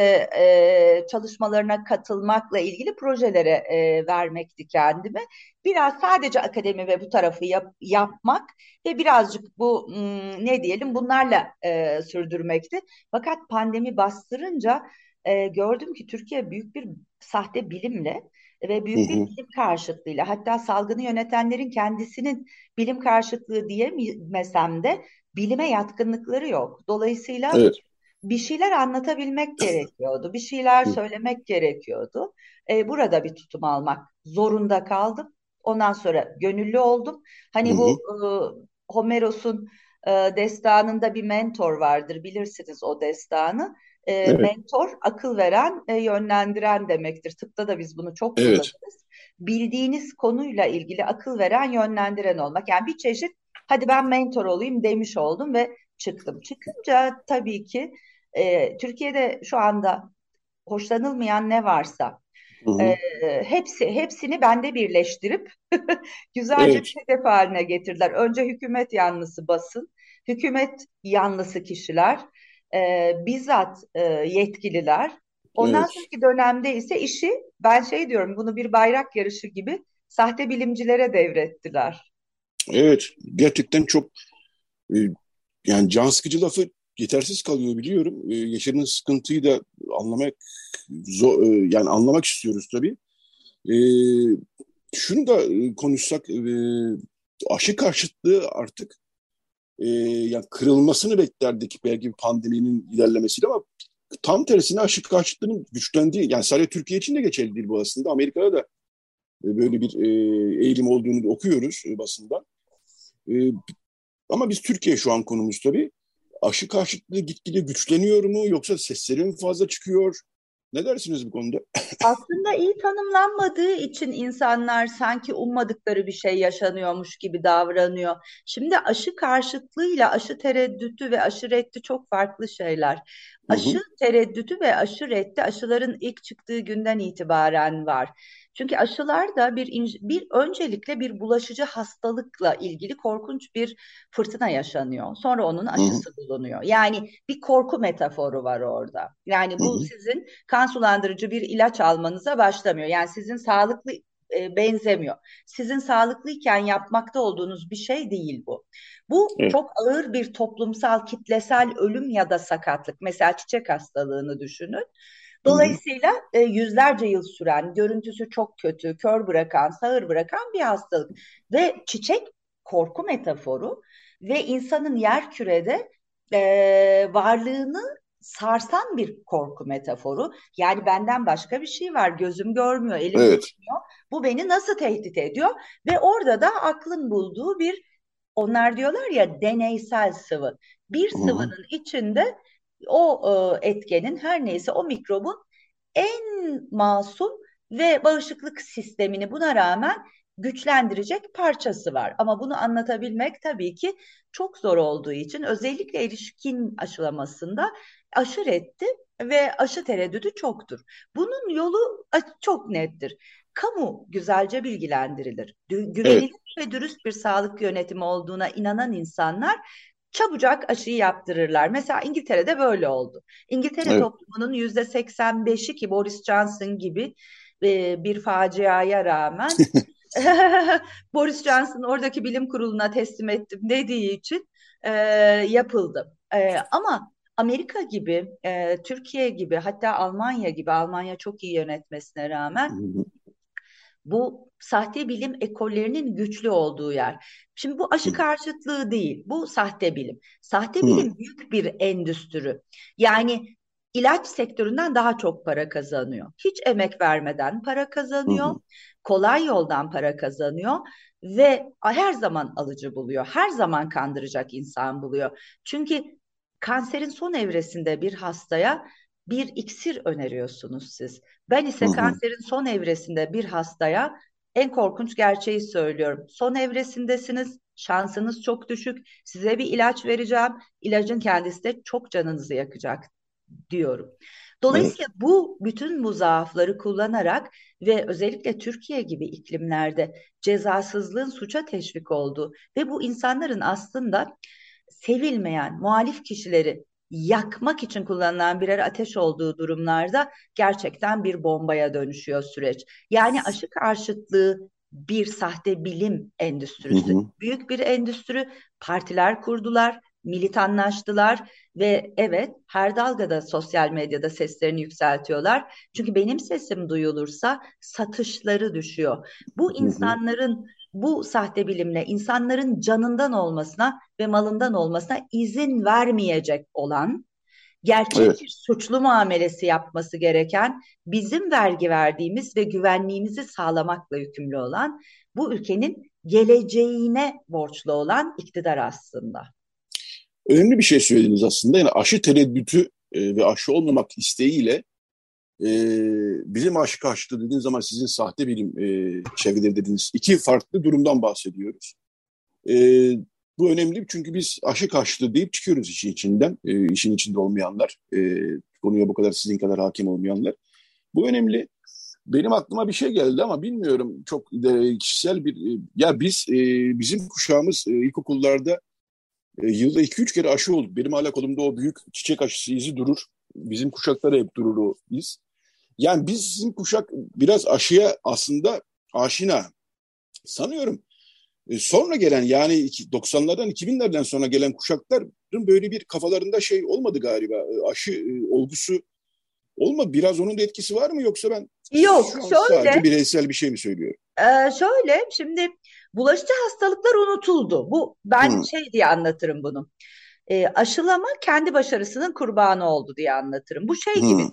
e, çalışmalarına katılmakla ilgili projelere e, vermekti kendimi. Biraz sadece akademi ve bu tarafı yap, yapmak ve birazcık bu ne diyelim bunlarla e, sürdürmekti. Fakat pandemi bastırınca e, gördüm ki Türkiye büyük bir sahte bilimle ve hı büyük bir hı. bilim karşıtlığıyla hatta salgını yönetenlerin kendisinin bilim karşıtlığı diyemesem de bilime yatkınlıkları yok. Dolayısıyla Evet. bir şeyler anlatabilmek gerekiyordu, bir şeyler Hı söylemek gerekiyordu. E, burada bir tutum almak zorunda kaldım. Ondan sonra gönüllü oldum. hı, Hani hı. bu e, Homeros'un e, destanında bir mentor vardır, bilirsiniz o destanı. E, Evet, mentor, akıl veren, e, yönlendiren demektir. Tıpta da biz bunu çok evet. kullanırız. Bildiğiniz konuyla ilgili akıl veren, yönlendiren olmak. Yani bir çeşit, hadi ben mentor olayım demiş oldum ve çıktım. Çıkınca tabii ki e, Türkiye'de şu anda hoşlanılmayan ne varsa Hı e, hı. hepsi hepsini bende birleştirip güzelce Evet, bir hedef haline getirdiler. Önce hükümet yanlısı basın, hükümet yanlısı kişiler, e, bizzat e, yetkililer. Ondan evet. sonraki dönemde ise işi ben şey diyorum bunu bir bayrak yarışı gibi sahte bilimcilere devrettiler. Evet, gerçekten çok e, yani can sıkıcı lafı yetersiz kalıyor biliyorum. E, yaşadığınız sıkıntıyı da anlamak zor, e, yani anlamak istiyoruz tabii. E, Şunu da e, konuşsak, e, aşı karşıtlığı artık e, yani kırılmasını beklerdik belki pandeminin ilerlemesiyle ama tam tersine aşı karşıtlığının güçlendiği, yani sadece Türkiye için de geçerli değil bu aslında. Amerika'da da e, böyle bir e, eğilim olduğunu da okuyoruz e, basında. E, Ama biz Türkiye şu an konumuz tabii. Aşı karşıtlığı gitgide güçleniyor mu yoksa sesleri mi fazla çıkıyor? Ne dersiniz bu konuda? Aslında iyi tanımlanmadığı için insanlar sanki ummadıkları bir şey yaşanıyormuş gibi davranıyor. Şimdi aşı karşıtlığıyla aşı tereddütü ve aşı reddi çok farklı şeyler. Hı Aşı hı, tereddütü ve aşı reddi aşıların ilk çıktığı günden itibaren var. Çünkü aşılar da bir, inc- bir öncelikle bir bulaşıcı hastalıkla ilgili korkunç bir fırtına yaşanıyor. Sonra onun hı hı, aşısı bulunuyor. Yani bir korku metaforu var orada. Yani hı bu hı. sizin kan sulandırıcı bir ilaç almanıza başlamıyor. Yani sizin sağlıklı e, benzemiyor. Sizin sağlıklıyken yapmakta olduğunuz bir şey değil bu. Bu Evet. çok ağır bir toplumsal kitlesel ölüm ya da sakatlık. Mesela çiçek hastalığını düşünün. Hı hı, Dolayısıyla e, yüzlerce yıl süren, görüntüsü çok kötü, kör bırakan, sağır bırakan bir hastalık. Ve çiçek korku metaforu ve insanın yerkürede e, varlığını sarsan bir korku metaforu. Yani benden başka bir şey var, gözüm görmüyor, elim evet. tutmuyor. Bu beni nasıl tehdit ediyor? Ve orada da aklın bulduğu bir, onlar diyorlar ya, deneysel sıvı. Bir Hı hı, sıvının içinde o e, etkenin, her neyse o mikrobun en masum ve bağışıklık sistemini buna rağmen güçlendirecek parçası var. Ama bunu anlatabilmek tabii ki çok zor olduğu için özellikle erişkin aşılamasında aşı reddi ve aşı tereddüdü çoktur. Bunun yolu çok nettir. Kamu güzelce bilgilendirilir. evet. Güvenilir ve dürüst bir sağlık yönetimi olduğuna inanan insanlar çabucak aşıyı yaptırırlar. Mesela İngiltere'de böyle oldu. İngiltere Evet. toplumunun yüzde seksen beşi, ki Boris Johnson gibi e, bir faciaya rağmen Boris Johnson oradaki bilim kuruluna teslim ettim dediği için e, yapıldı. E, ama Amerika gibi, e, Türkiye gibi, hatta Almanya gibi, Almanya çok iyi yönetmesine Hı rağmen hı, bu sahte bilim ekollerinin güçlü olduğu yer. Şimdi bu hı aşı karşıtlığı değil, bu sahte bilim. Sahte hı, bilim büyük bir endüstri. Yani ilaç sektöründen daha çok para kazanıyor. Hiç emek vermeden para hı kazanıyor, hı, kolay yoldan para kazanıyor ve her zaman alıcı buluyor. Her zaman kandıracak insan buluyor. Çünkü kanserin son evresinde bir hastaya bir iksir öneriyorsunuz siz. Ben hı ise hı. kanserin son evresinde bir hastaya en korkunç gerçeği söylüyorum. Son evresindesiniz, şansınız çok düşük. Size bir ilaç vereceğim. İlacın kendisi de çok canınızı yakacak diyorum. Evet. Dolayısıyla bu bütün bu zaafları kullanarak ve özellikle Türkiye gibi iklimlerde cezasızlığın suça teşvik olduğu ve bu insanların aslında sevilmeyen muhalif kişileri yakmak için kullanılan birer ateş olduğu durumlarda gerçekten bir bombaya dönüşüyor süreç. Yani aşı karşıtlığı bir sahte bilim Hı endüstrisi. hı, Büyük bir endüstri, partiler kurdular, militanlaştılar ve evet, her dalgada sosyal medyada seslerini yükseltiyorlar. Çünkü benim sesim duyulursa satışları düşüyor. Bu hı hı. insanların bu sahte bilimle insanların canından olmasına ve malından olmasına izin vermeyecek olan, gerçek Evet. bir suçlu muamelesi yapması gereken, bizim vergi verdiğimiz ve güvenliğimizi sağlamakla yükümlü olan, bu ülkenin geleceğine borçlu olan iktidar aslında. Önemli bir şey söylediniz aslında. Yani aşı tereddütü e, ve aşı olmamak isteğiyle e, bizim aşı karşıtı dediğiniz zaman sizin sahte bilim e, çevreleri dediğiniz iki farklı durumdan bahsediyoruz. E, Bu önemli çünkü biz aşı karşıtı deyip çıkıyoruz işin içinden. E, işin içinde olmayanlar, e, konuya bu kadar sizin kadar hakim olmayanlar. Bu önemli. Benim aklıma bir şey geldi ama bilmiyorum, çok e, kişisel bir... E, ya biz, e, bizim kuşağımız e, ilkokullarda E, yılda iki üç kere aşı olduk. Benim hala kolumda o büyük çiçek aşısı izi durur. Bizim kuşaklara hep durur o iz. Yani bizim kuşak biraz aşıya aslında aşina. Sanıyorum e, sonra gelen, yani doksanlardan iki binlerden sonra gelen kuşakların böyle bir kafalarında şey olmadı galiba. E, aşı e, olgusu olmadı. Biraz onun da etkisi var mı, yoksa ben Yok, şu an sadece şöyle, bireysel bir şey mi söylüyorum? e, şöyle şimdi bulaşıcı hastalıklar unutuldu. Bu, ben Hı şey diye anlatırım bunu. E, aşılama kendi başarısının kurbanı oldu diye anlatırım. Bu şey hı gibidir.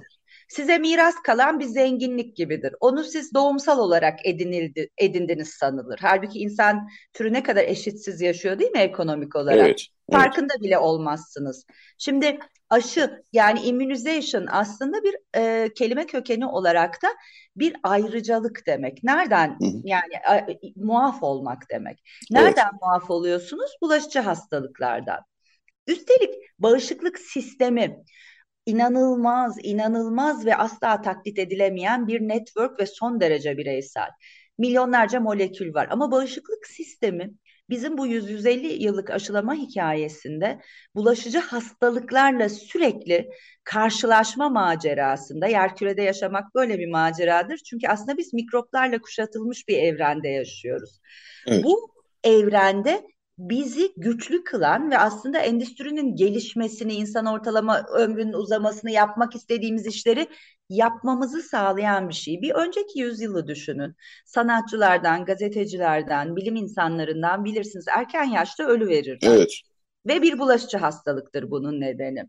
size miras kalan bir zenginlik gibidir. Onu siz doğumsal olarak edinildi, edindiniz sanılır. Halbuki insan türü ne kadar eşitsiz yaşıyor değil mi ekonomik olarak? Evet, evet. Farkında bile olmazsınız. Şimdi aşı yani immunization aslında bir e, kelime kökeni olarak da bir ayrıcalık demek. Nereden? Hı hı. Yani a, muaf olmak demek. Nereden Evet. muaf oluyorsunuz? Bulaşıcı hastalıklardan. Üstelik bağışıklık sistemi inanılmaz, inanılmaz ve asla taklit edilemeyen bir network ve son derece bireysel. Milyonlarca molekül var ama bağışıklık sistemi bizim bu yüz yüz elli yıllık aşılama hikayesinde bulaşıcı hastalıklarla sürekli karşılaşma macerasında, yerkürede yaşamak böyle bir maceradır. Çünkü aslında biz mikroplarla kuşatılmış bir evrende yaşıyoruz. Evet. Bu evrende bizi güçlü kılan ve aslında endüstrinin gelişmesini, insan ortalama ömrünün uzamasını, yapmak istediğimiz işleri yapmamızı sağlayan bir şey. Bir önceki yüzyılı düşünün. Sanatçılardan, gazetecilerden, bilim insanlarından bilirsiniz erken yaşta ölüverirler. Evet. Ve bir bulaşıcı hastalıktır bunun nedeni.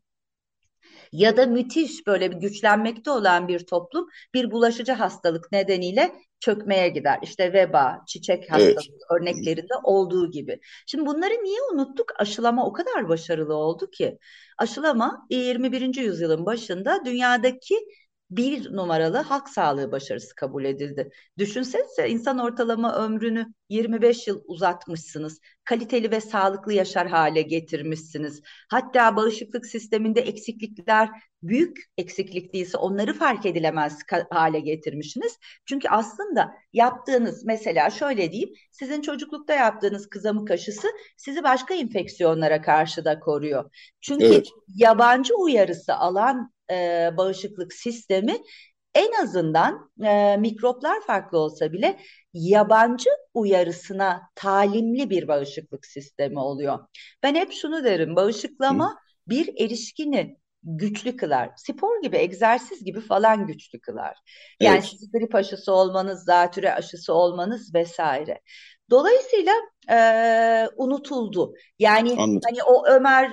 Ya da müthiş böyle bir güçlenmekte olan bir toplum bir bulaşıcı hastalık nedeniyle çökmeye gider. İşte veba, çiçek hastalığı Evet. örneklerinde olduğu gibi. Şimdi bunları niye unuttuk? Aşılama o kadar başarılı oldu ki. Aşılama yirmi birinci yüzyılın başında dünyadaki bir numaralı halk sağlığı başarısı kabul edildi. Düşünsenize insan ortalama ömrünü yirmi beş yıl uzatmışsınız. Kaliteli ve sağlıklı yaşar hale getirmişsiniz. Hatta bağışıklık sisteminde eksiklikler büyük eksiklik değilse onları fark edilemez hale getirmişsiniz. Çünkü aslında yaptığınız mesela şöyle diyeyim, sizin çocuklukta yaptığınız kızamık aşısı sizi başka enfeksiyonlara karşı da koruyor. Çünkü Evet. yabancı uyarısı alan e, bağışıklık sistemi en azından e, mikroplar farklı olsa bile yabancı uyarısına talimli bir bağışıklık sistemi oluyor. Ben hep şunu derim, bağışıklama Hı. bir erişkini güçlü kılar. Spor gibi, egzersiz gibi falan güçlü kılar. Yani Evet. siz grip aşısı olmanız, zatürre aşısı olmanız vesaire. Dolayısıyla e, unutuldu. Yani Anladım. hani o Ömer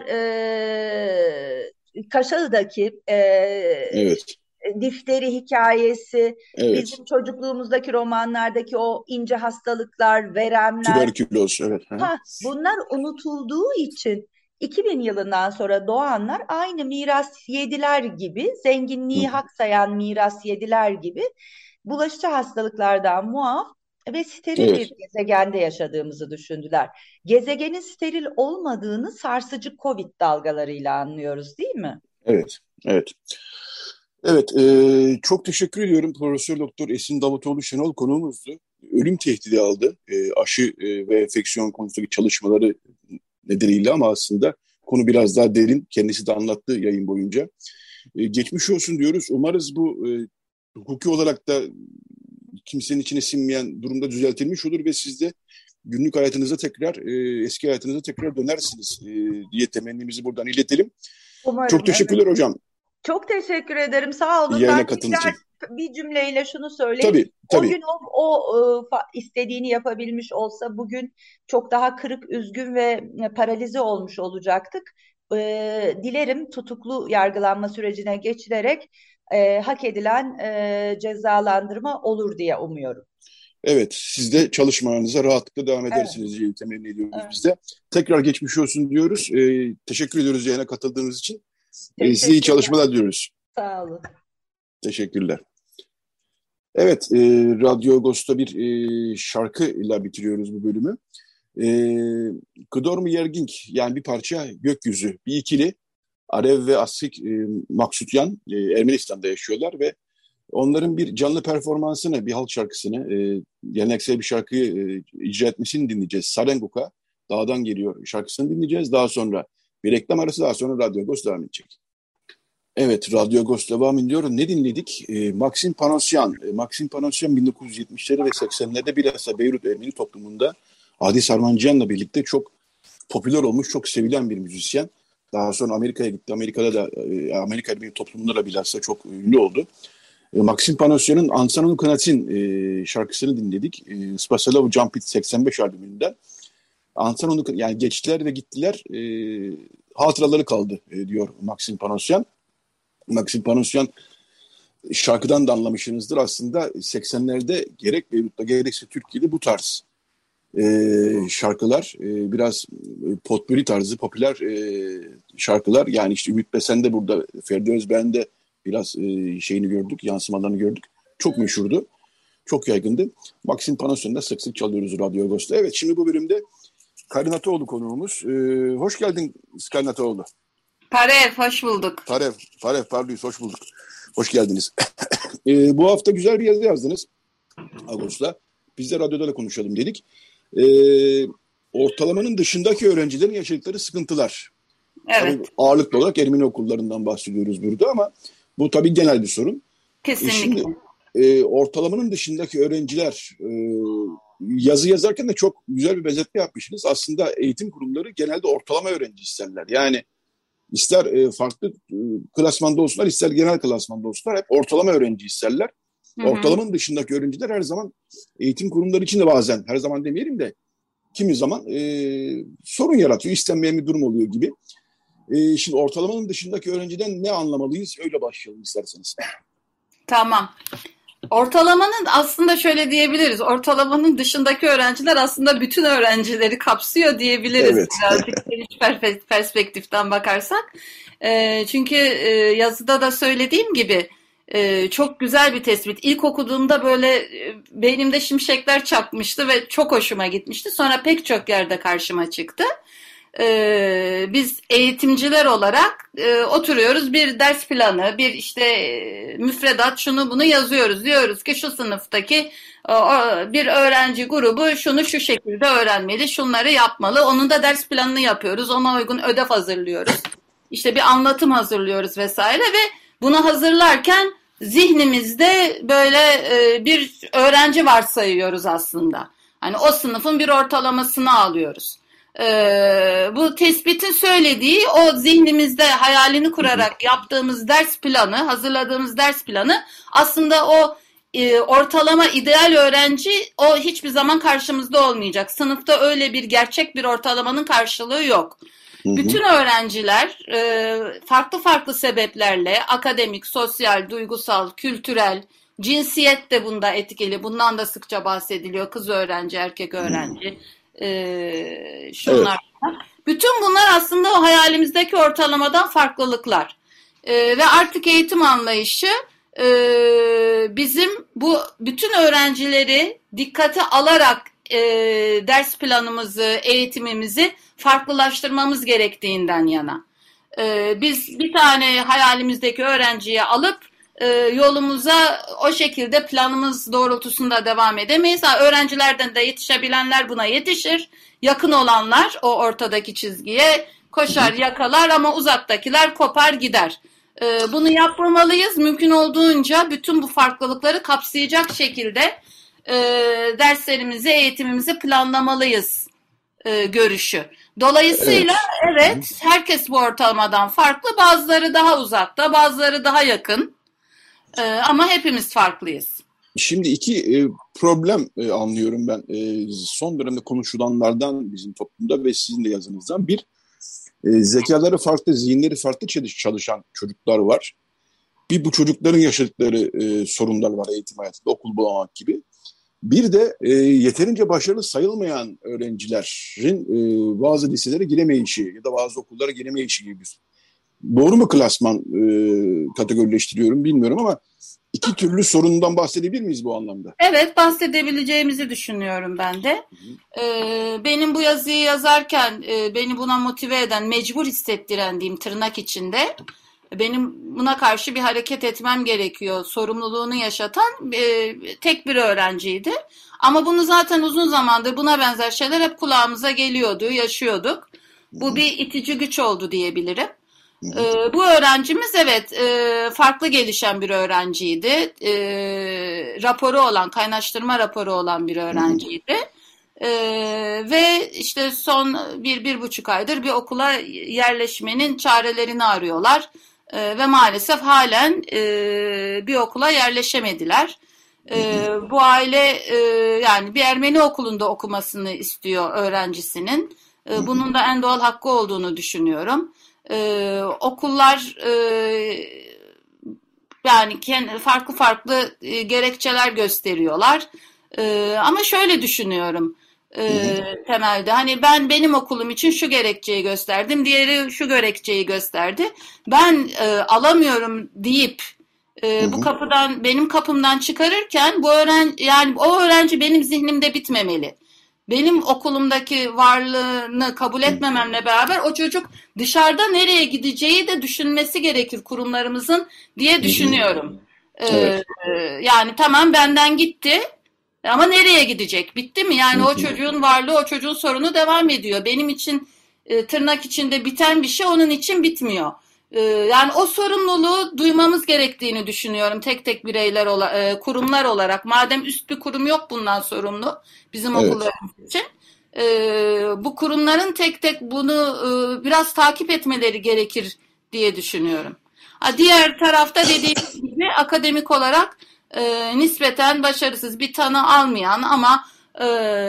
e, Kaşağı'daki e, Evet. difteri hikayesi, Evet. bizim çocukluğumuzdaki romanlardaki o ince hastalıklar, veremler. Tüberküloz, evet. Ha, bunlar unutulduğu için iki bin yılından sonra doğanlar aynı miras yediler gibi, zenginliği Hı. hak sayan miras yediler gibi bulaşıcı hastalıklardan muaf ve steril Evet. bir gezegende yaşadığımızı düşündüler. Gezegenin steril olmadığını sarsıcı Covid dalgalarıyla anlıyoruz, değil mi? Evet, evet. Evet, e, çok teşekkür ediyorum Profesör Doktor Esin Davutoğlu Şenol konuğumuzdu. Ölüm tehdidi aldı e, aşı e, ve enfeksiyon konusundaki çalışmaları nedeniyle ama aslında konu biraz daha derin. Kendisi de anlattı yayın boyunca. E, geçmiş olsun diyoruz. Umarız bu e, hukuki olarak da kimsenin içine sinmeyen durumda düzeltilmiş olur ve siz de günlük hayatınıza tekrar, e, eski hayatınıza tekrar dönersiniz e, diye temennimizi buradan iletelim. Umarım, çok teşekkürler evet. hocam. Çok teşekkür ederim. Sağ olun. Yayına Ben katıldığınız tekrar için. bir cümleyle şunu söyleyeyim. Tabii, tabii. O gün o, o e, istediğini yapabilmiş olsa bugün çok daha kırık, üzgün ve paralize olmuş olacaktık. E, dilerim tutuklu yargılanma sürecine geçilerek e, hak edilen e, cezalandırma olur diye umuyorum. Evet, siz de çalışmalarınıza rahatlıkla devam edersiniz evet. diye temenni ediyoruz evet. biz de. Tekrar geçmiş olsun diyoruz. Ee, teşekkür ediyoruz yayına katıldığınız için. Ee, size iyi çalışmalar diliyoruz. Sağ olun. Teşekkürler. Evet, e, Radyo Agos'ta bir e, şarkıyla bitiriyoruz bu bölümü. E, Kıdormu Yerging, yani bir parça Gökyüzü, bir ikili. Arev ve Asik e, Maksutyan e, Ermenistan'da yaşıyorlar ve onların bir canlı performansını, bir halk şarkısını, e, geleneksel bir şarkıyı e, icra etmesini dinleyeceğiz. Sarenguka, Dağdan Geliyor şarkısını dinleyeceğiz. Daha sonra bir reklam arası, daha sonra Radyo Agos devam edecek. Evet, Radyo Agos devam ediyor. Ne dinledik? E, Maxim Panosyan. E, Maxim Panosyan bin dokuz yüz yetmişlerde ve seksenlerde bilhassa Beyrut Ermeni toplumunda Adi Sarmancıyan'la birlikte çok popüler olmuş, çok sevilen bir müzisyen. Daha sonra Amerika'ya gitti. Amerika'da da e, Amerika Ermeni toplumunda da bilhassa çok ünlü oldu. E, Maxim Panosyan'ın Ansanonu Kanatin e, şarkısını dinledik. E, Spasalov Jumpit seksen beş albümünden. Ansanonu, yani geçtiler ve gittiler, e, hatıraları kaldı e, diyor Maxim Panosyan. Maxim Panosyan şarkıdan da anlamışsınızdır. Aslında seksenlerde gerek Beyrut'ta gerekse Türkiye'de bu tarz e, şarkılar e, biraz potpourri tarzı popüler e, şarkılar. Yani işte Ümit Besen de burada, Ferdi Özben de biraz e, şeyini gördük, yansımalarını gördük. Çok meşhurdu. Çok yaygındı. Maxim Panasoni'de sık sık çalıyoruz Radyo Agos'ta. Evet, şimdi bu bölümde Karin Ataoğlu konuğumuz. Ee, hoş geldin Karin Ataoğlu. Parev, hoş bulduk. Parev, Parev, pardon, hoş bulduk. Hoş geldiniz. ee, bu hafta güzel bir yazı yazdınız Agos'ta. Biz de radyoda da konuşalım dedik. Ee, ortalamanın dışındaki öğrencilerin yaşadıkları sıkıntılar. Evet. Tabii ağırlıklı olarak Ermeni okullarından bahsediyoruz burada ama bu tabii genel bir sorun. Kesinlikle. E şimdi, e, ortalamanın dışındaki öğrenciler e, yazı yazarken de çok güzel bir benzetme yapmışsınız. Aslında eğitim kurumları genelde ortalama öğrenci isterler. Yani ister e, farklı e, klasmanda olsunlar, ister genel klasmanda olsunlar, hep ortalama öğrenci isterler. Hı hı. Ortalamanın dışındaki öğrenciler her zaman eğitim kurumları için de bazen, her zaman demeyelim de kimi zaman e, sorun yaratıyor, istenmeyen bir durum oluyor gibi. E, şimdi ortalamanın dışındaki öğrenciden ne anlamalıyız? Öyle başlayalım isterseniz. Tamam. Ortalamanın aslında şöyle diyebiliriz. Ortalamanın dışındaki öğrenciler aslında bütün öğrencileri kapsıyor diyebiliriz. Evet. Birazcık geniş perspektiften bakarsak. E, çünkü e, yazıda da söylediğim gibi e, çok güzel bir tespit. İlk okuduğumda böyle e, beynimde şimşekler çakmıştı ve çok hoşuma gitmişti. Sonra pek çok yerde karşıma çıktı. Ee, biz eğitimciler olarak e, oturuyoruz, bir ders planı, bir işte e, müfredat, şunu bunu yazıyoruz. Diyoruz ki şu sınıftaki e, bir öğrenci grubu şunu şu şekilde öğrenmeli, şunları yapmalı. Onun da ders planını yapıyoruz, ona uygun ödev hazırlıyoruz. İşte bir anlatım hazırlıyoruz vesaire ve bunu hazırlarken zihnimizde böyle e, bir öğrenci varsayıyoruz aslında. Hani o sınıfın bir ortalamasını alıyoruz. Ee, bu tespitin söylediği o zihnimizde hayalini kurarak yaptığımız ders planı, hazırladığımız ders planı aslında o e, ortalama ideal öğrenci o hiçbir zaman karşımızda olmayacak. Sınıfta öyle bir gerçek bir ortalamanın karşılığı yok. Hı hı. Bütün öğrenciler e, farklı farklı sebeplerle akademik, sosyal, duygusal, kültürel, cinsiyet de bunda etkili. Bundan da sıkça bahsediliyor. Kız öğrenci, erkek öğrenci. Hı. Ee, şunlar. Evet. Bütün bunlar aslında o hayalimizdeki ortalamadan farklılıklar. Ee, ve artık eğitim anlayışı e, bizim bu bütün öğrencileri dikkate alarak e, ders planımızı, eğitimimizi farklılaştırmamız gerektiğinden yana. Ee, biz bir tane hayalimizdeki öğrenciyi alıp e, yolumuza o şekilde planımız doğrultusunda devam edemeyiz. Ha, öğrencilerden de yetişebilenler buna yetişir. Yakın olanlar o ortadaki çizgiye koşar, yakalar ama uzaktakiler kopar gider. E, bunu yapmamalıyız. Mümkün olduğunca bütün bu farklılıkları kapsayacak şekilde e, derslerimizi, eğitimimizi planlamalıyız e, görüşü. Dolayısıyla evet. evet herkes bu ortalamadan farklı. Bazıları daha uzakta, bazıları daha yakın. Ee, ama hepimiz farklıyız. Şimdi iki e, problem e, anlıyorum ben. E, son dönemde konuşulanlardan bizim toplumda ve sizin de yazınızdan. Bir, e, zekaları farklı, zihinleri farklı çalışan çocuklar var. Bir, bu çocukların yaşadıkları e, sorunlar var eğitim hayatında, okul bulamamak gibi. Bir de e, yeterince başarılı sayılmayan öğrencilerin e, bazı liselere giremeyişi ya da bazı okullara giremeyişi gibi bir. Doğru mu klasman e, kategorileştiriyorum bilmiyorum ama iki türlü sorundan bahsedebilir miyiz bu anlamda? Evet, bahsedebileceğimizi düşünüyorum ben de. Ee, benim bu yazıyı yazarken e, beni buna motive eden, mecbur hissettiren diyeyim tırnak içinde, benim buna karşı bir hareket etmem gerekiyor. Sorumluluğunu yaşatan e, tek bir öğrenciydi. Ama bunu zaten uzun zamandır buna benzer şeyler hep kulağımıza geliyordu, yaşıyorduk. Bu bir itici güç oldu diyebilirim. Ee, bu öğrencimiz evet e, farklı gelişen bir öğrenciydi. E, raporu olan, kaynaştırma raporu olan bir öğrenciydi. E, ve işte son bir, bir buçuk aydır bir okula yerleşmenin çarelerini arıyorlar. E, ve maalesef halen e, bir okula yerleşemediler. E, bu aile e, yani bir Ermeni okulunda okumasını istiyor öğrencisinin. E, bunun da en doğal hakkı olduğunu düşünüyorum. Ee, okullar e, Yani farklı farklı gerekçeler gösteriyorlar. Ama şöyle düşünüyorum temelde. Hani ben benim okulum için şu gerekçeyi gösterdim, diğeri şu gerekçeyi gösterdi. Ben alamıyorum deyip bu kapıdan, benim kapımdan çıkarırken bu öğrenci, yani o öğrenci benim zihnimde bitmemeli. Benim okulumdaki varlığını kabul etmememle beraber o çocuk dışarıda nereye gideceği de düşünmesi gerekir kurumlarımızın diye düşünüyorum. Evet. Ee, yani tamam benden gitti ama nereye gidecek? Bitti mi? Yani o çocuğun varlığı, o çocuğun sorunu devam ediyor. Benim için e, tırnak içinde biten bir şey onun için bitmiyor. E, yani o sorumluluğu duymamız gerektiğini düşünüyorum tek tek bireyler, ola, e, kurumlar olarak. Madem üst bir kurum yok bundan sorumlu bizim evet. okullarımız için. E, bu kurumların tek tek bunu e, biraz takip etmeleri gerekir diye düşünüyorum. Ha, diğer tarafta dediğim gibi akademik olarak e, nispeten başarısız, bir tanı almayan ama e,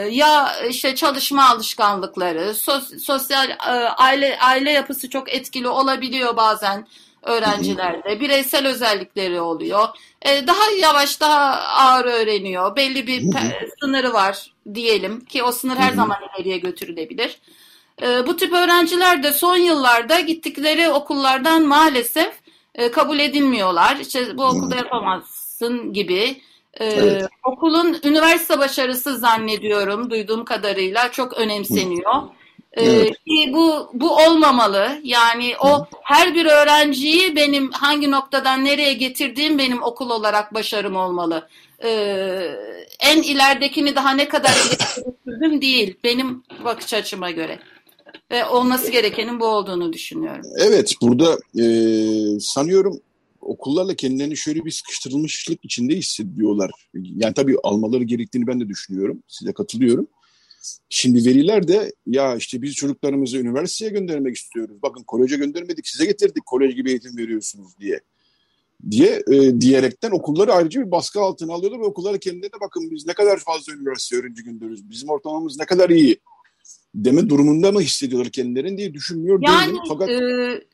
ya işte çalışma alışkanlıkları, sos, sosyal e, aile aile yapısı çok etkili olabiliyor bazen öğrencilerde. Bireysel özellikleri oluyor. E, daha yavaş, daha ağır öğreniyor. Belli bir pe- sınırı var diyelim ki o sınır her zaman ileriye götürülebilir. E, bu tip öğrenciler de son yıllarda gittikleri okullardan maalesef e, kabul edilmiyorlar. İşte bu okulda yapamazsın gibi. Ee, evet. Okulun üniversite başarısı zannediyorum duyduğum kadarıyla çok önemseniyor. Ee, evet. Ki bu bu olmamalı. Yani o her bir öğrenciyi benim hangi noktadan nereye getirdiğim benim okul olarak başarım olmalı. Ee, en ileridekini daha ne kadar getirdim değil benim bakış açıma göre. Ve olması gerekenin bu olduğunu düşünüyorum. Evet, burada e, sanıyorum okullarla kendilerini şöyle bir sıkıştırılmışlık içinde hissediyorlar. Yani tabii almaları gerektiğini ben de düşünüyorum. Size katılıyorum. Şimdi veliler de ya işte biz çocuklarımızı üniversiteye göndermek istiyoruz. Bakın koleje göndermedik, size getirdik kolej gibi eğitim veriyorsunuz diye. diye e, diyerekten okulları ayrıca bir baskı altına alıyorlar ve okulları kendilerine bakın biz ne kadar fazla üniversite öğrenci gönderiyoruz. Bizim ortalamamız ne kadar iyi deme durumunda mı hissediyorlar kendilerini diye düşünmüyor yani, değilim. Fakat e,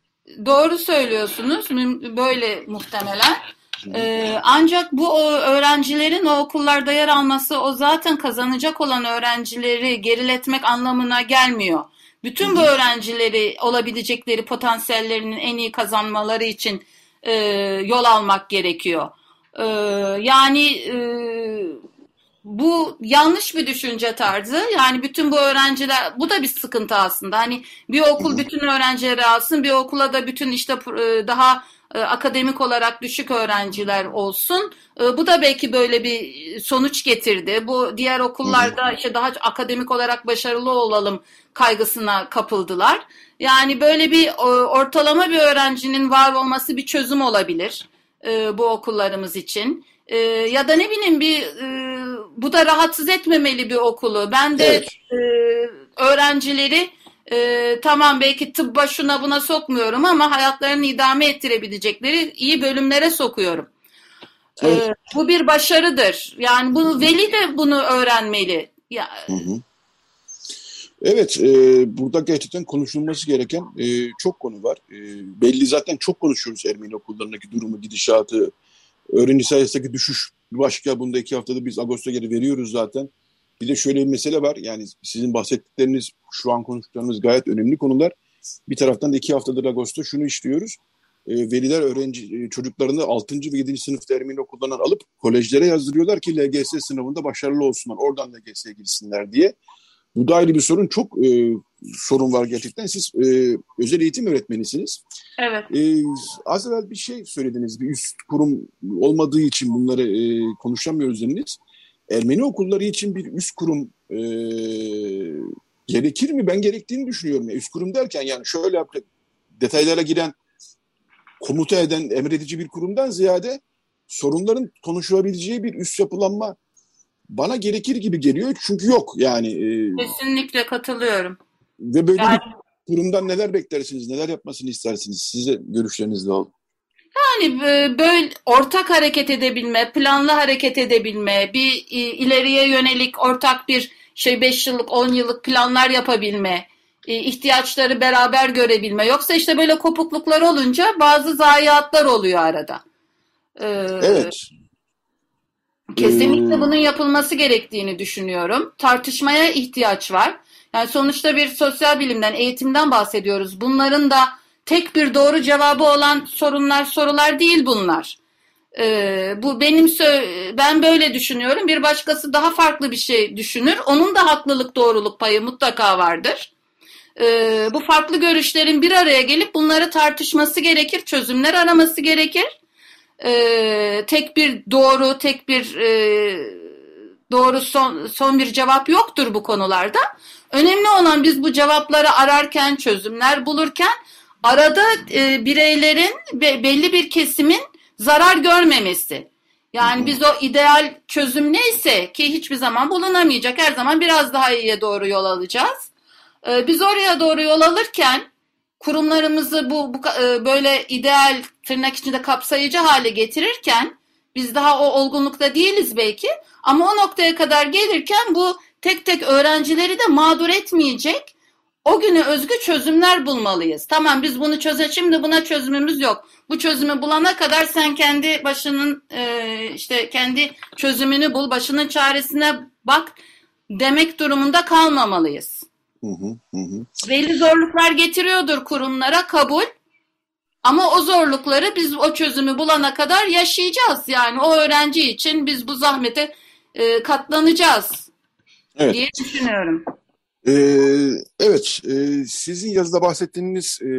doğru söylüyorsunuz. Böyle muhtemelen. Ee, ancak bu öğrencilerin o okullarda yer alması o zaten kazanacak olan öğrencileri geriletmek anlamına gelmiyor. Bütün bu öğrencileri olabilecekleri potansiyellerinin en iyi kazanmaları için e, yol almak gerekiyor. E, yani e, bu yanlış bir düşünce tarzı. Yani bütün bu öğrenciler, bu da bir sıkıntı aslında. Hani bir okul bütün öğrencileri alsın, bir okula da bütün işte daha akademik olarak düşük öğrenciler olsun. Bu da belki böyle bir sonuç getirdi. Bu diğer okullarda işte daha akademik olarak başarılı olalım kaygısına kapıldılar. Yani böyle bir ortalama bir öğrencinin var olması bir çözüm olabilir bu okullarımız için. Ya da ne bileyim bir bu da rahatsız etmemeli bir okulu. Ben de evet. öğrencileri Ee, tamam belki tıbba şuna buna sokmuyorum ama hayatlarını idame ettirebilecekleri iyi bölümlere sokuyorum. Evet. Ee, bu bir başarıdır. Yani bunu veli de bunu öğrenmeli. Ya, hı hı. Evet, e, burada gerçekten konuşulması gereken e, çok konu var. E, belli zaten çok konuşuyoruz Ermeni okullarındaki durumu, gidişatı, öğrenci sayısındaki düşüş. Başka bunda iki haftada biz Ağustos'a geri veriyoruz zaten. Bir de şöyle bir mesele var. Yani sizin bahsettikleriniz, şu an konuştuklarımız gayet önemli konular. Bir taraftan da iki haftadır Ağustos'ta şunu işliyoruz. E, veliler öğrenci e, çocuklarını altıncı ve yedinci sınıfta Ermeni okullarından alıp kolejlere yazdırıyorlar ki L G S sınavında başarılı olsunlar. Oradan L G S'ye girsinler diye. Bu da ayrı bir sorun. Çok e, sorun var gerçekten. Siz e, özel eğitim öğretmenisiniz. Evet. E, az evvel bir şey söylediniz. Bir üst kurum olmadığı için bunları e, konuşamıyoruz dediniz. Ermeni okulları için bir üst kurum e, gerekir mi? Ben gerektiğini düşünüyorum. Üst kurum derken yani şöyle detaylara giren, komuta eden, emredici bir kurumdan ziyade sorunların konuşulabileceği bir üst yapılanma bana gerekir gibi geliyor. Çünkü yok yani. E, Kesinlikle katılıyorum. Ve böyle yani, bir kurumdan neler beklersiniz, neler yapmasını istersiniz? Size görüşlerinizle alalım. Yani böyle ortak hareket edebilme, planlı hareket edebilme, bir ileriye yönelik ortak bir şey beş yıllık, on yıllık planlar yapabilme, ihtiyaçları beraber görebilme. Yoksa işte böyle kopukluklar olunca bazı zayiatlar oluyor arada. Ee, Evet. Kesinlikle Ee, bunun yapılması gerektiğini düşünüyorum. Tartışmaya ihtiyaç var. Yani sonuçta bir sosyal bilimden, eğitimden bahsediyoruz. Bunların da tek bir doğru cevabı olan sorunlar, sorular değil bunlar. Ee, bu benim ben böyle düşünüyorum. Bir başkası daha farklı bir şey düşünür. Onun da haklılık, doğruluk payı mutlaka vardır. Ee, bu farklı görüşlerin bir araya gelip bunları tartışması gerekir, çözümler araması gerekir. Ee, tek bir doğru, tek bir e, doğru son, son bir cevap yoktur bu konularda. Önemli olan biz bu cevapları ararken, çözümler bulurken arada e, bireylerin ve belli bir kesimin zarar görmemesi. Yani biz o ideal çözüm neyse ki hiçbir zaman bulunamayacak. Her zaman biraz daha iyiye doğru yol alacağız. Ee, biz oraya doğru yol alırken kurumlarımızı bu, bu böyle ideal tırnak içinde kapsayıcı hale getirirken biz daha o olgunlukta değiliz belki ama o noktaya kadar gelirken bu tek tek öğrencileri de mağdur etmeyecek o güne özgü çözümler bulmalıyız. Tamam biz bunu çöze şimdi buna çözümümüz yok. Bu çözümü bulana kadar sen kendi başının işte kendi çözümünü bul, başının çaresine bak demek durumunda kalmamalıyız. Hı hı hı. Belli zorluklar getiriyordur kurumlara kabul. Ama o zorlukları biz o çözümü bulana kadar yaşayacağız. Yani o öğrenci için biz bu zahmete e, katlanacağız evet. diye düşünüyorum. Ee, evet, e, sizin yazıda bahsettiğiniz e,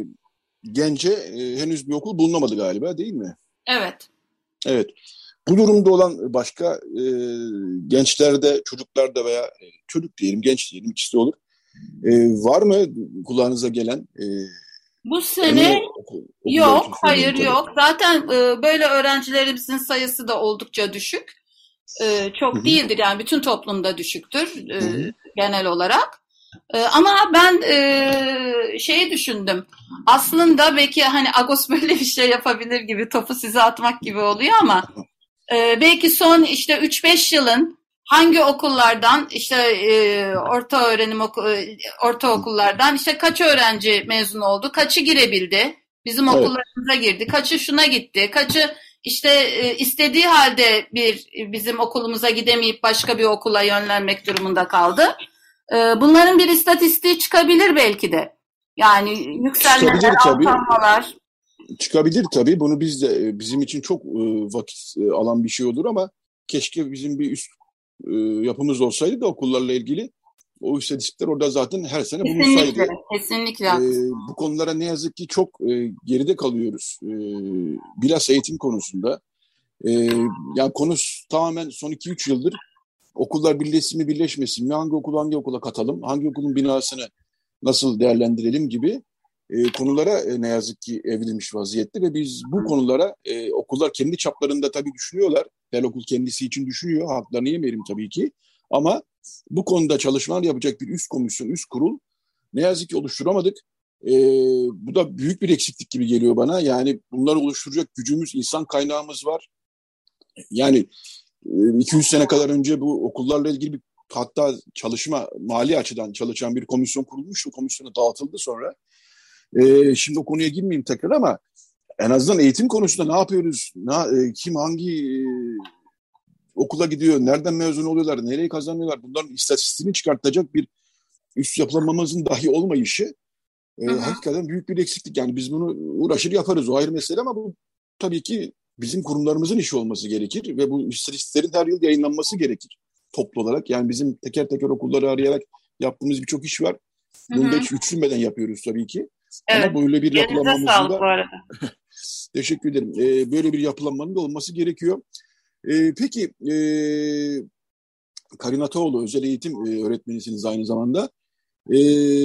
gence e, henüz bir okul bulunamadı galiba değil mi? Evet. Evet. Bu durumda olan başka e, gençlerde, çocuklarda veya e, çocuk diyelim, genç diyelim ikisi de olur. E, var mı kulağınıza gelen? E, Bu sene okul, yok, hayır tabii. yok. Zaten e, böyle öğrencilerimizin sayısı da oldukça düşük. E, çok Hı-hı. değildir yani bütün toplumda düşüktür e, genel olarak. E, ama ben e, şeyi düşündüm. Aslında belki hani Agos böyle bir şey yapabilir gibi topu size atmak gibi oluyor ama e, belki son işte üç beş yılın hangi okullardan işte e, orta öğrenim oku, ortaokullardan işte kaç öğrenci mezun oldu, kaçı girebildi, bizim evet. okullarımıza girdi, kaçı şuna gitti, kaçı işte e, istediği halde bir bizim okulumuza gidemeyip başka bir okula yönlenmek durumunda kaldı. E, bunların bir istatistiği çıkabilir belki de. Yani yükselmeler, alçalmalar. Çıkabilir tabii. Bunu biz de bizim için çok e, vakit e, alan bir şey olur ama keşke bizim bir üst e, yapımız olsaydı da okullarla ilgili o istatistikler orada zaten her sene bulunsaydı. Kesinlikle. Kesinlikle. E, bu konulara ne yazık ki çok e, geride kalıyoruz. E, bilhassa eğitim konusunda. E, yani konu tamamen son iki üç yıldır okullar birleşsin mi birleşmesin mi, hangi okulu hangi okula katalım, hangi okulun binasını nasıl değerlendirelim gibi e, konulara e, ne yazık ki evrilmiş vaziyette ve biz bu konulara e, okullar kendi çaplarında tabii düşünüyorlar. Her okul kendisi için düşünüyor. Haklarını yemeyelim tabii ki. Ama bu konuda çalışmalar yapacak bir üst komisyon, üst kurul ne yazık ki oluşturamadık. E, bu da büyük bir eksiklik gibi geliyor bana. Yani bunları oluşturacak gücümüz, insan kaynağımız var. Yani iki yüz sene kadar önce bu okullarla ilgili bir hatta çalışma, mali açıdan çalışan bir komisyon kurulmuştu. Komisyona dağıtıldı sonra. Ee, şimdi o konuya girmeyeyim tekrar ama en azından eğitim konusunda ne yapıyoruz? Ne, e, kim hangi e, okula gidiyor? Nereden mezun oluyorlar? Nereyi kazanıyorlar? Bunların istatistiğini çıkartacak bir üst yapılanmamızın dahi olmayışı e, hakikaten büyük bir eksiklik. Yani biz bunu uğraşır yaparız. O ayrı mesele ama bu tabii ki bizim kurumlarımızın işi olması gerekir ve bu istatistiklerin her yıl yayınlanması gerekir toplu olarak. Yani bizim teker teker okulları arayarak yaptığımız birçok iş var. Bunu da hiç üçünmeden yapıyoruz tabii ki. Evet. Ama böyle bir yapılanmamızın da teşekkür ederim. Ee, böyle bir yapılanmanın da olması gerekiyor. Ee, peki e, Karin Ataoğlu özel eğitim e, öğretmenisiniz aynı zamanda. E,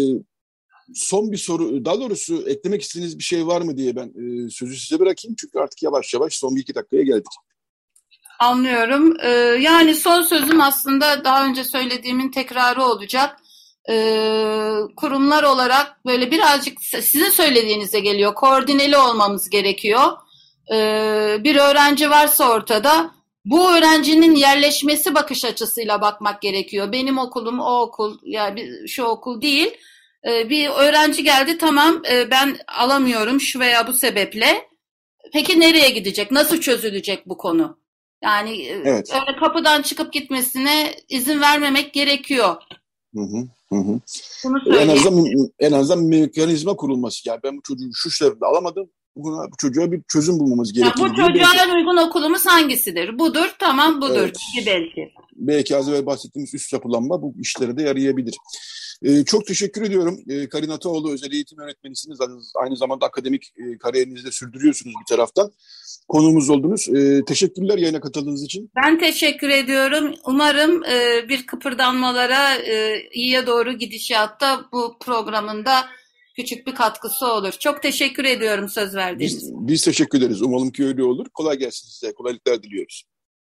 son bir soru, daha doğrusu eklemek istediğiniz bir şey var mı diye ben e, sözü size bırakayım. Çünkü artık yavaş yavaş son bir iki dakikaya geldik. Anlıyorum. Ee, yani son sözüm aslında daha önce söylediğimin tekrarı olacak. Ee, kurumlar olarak böyle birazcık sizin söylediğinize geliyor. Koordineli olmamız gerekiyor. Ee, bir öğrenci varsa ortada bu öğrencinin yerleşmesi bakış açısıyla bakmak gerekiyor. Benim okulum o okul, yani şu okul değil. Ee, bir öğrenci geldi, tamam e, ben alamıyorum şu veya bu sebeple. peki nereye gidecek? Nasıl çözülecek bu konu? Yani evet. öyle kapıdan çıkıp gitmesine izin vermemek gerekiyor. Hı hı, hı hı. Bunu en azından en azından mekanizma kurulması. Yani ben bu çocuğu şu sebepten alamadım. Buna, bu çocuğa bir çözüm bulmamız gerekiyor. Bu çocuğa belki en uygun okulumuz hangisidir? Budur, tamam budur. Evet. Belki. Belki az evvel bahsettiğimiz üst yapılanma bu işlere de yarayabilir. Ee, çok teşekkür ediyorum. Ee, Karin Ataoğlu özel eğitim öğretmenisiniz. Aynı zamanda akademik e, kariyerinizi de sürdürüyorsunuz bir taraftan. Konuğumuz oldunuz. Ee, teşekkürler yayına katıldığınız için. Ben teşekkür ediyorum. Umarım e, bir kıpırdanmalara e, iyiye doğru gidişatta bu programında küçük bir katkısı olur. Çok teşekkür ediyorum söz verdiğiniz için. Biz, biz teşekkür ederiz. Umalım ki öyle olur. Kolay gelsin size. Kolaylıklar diliyoruz.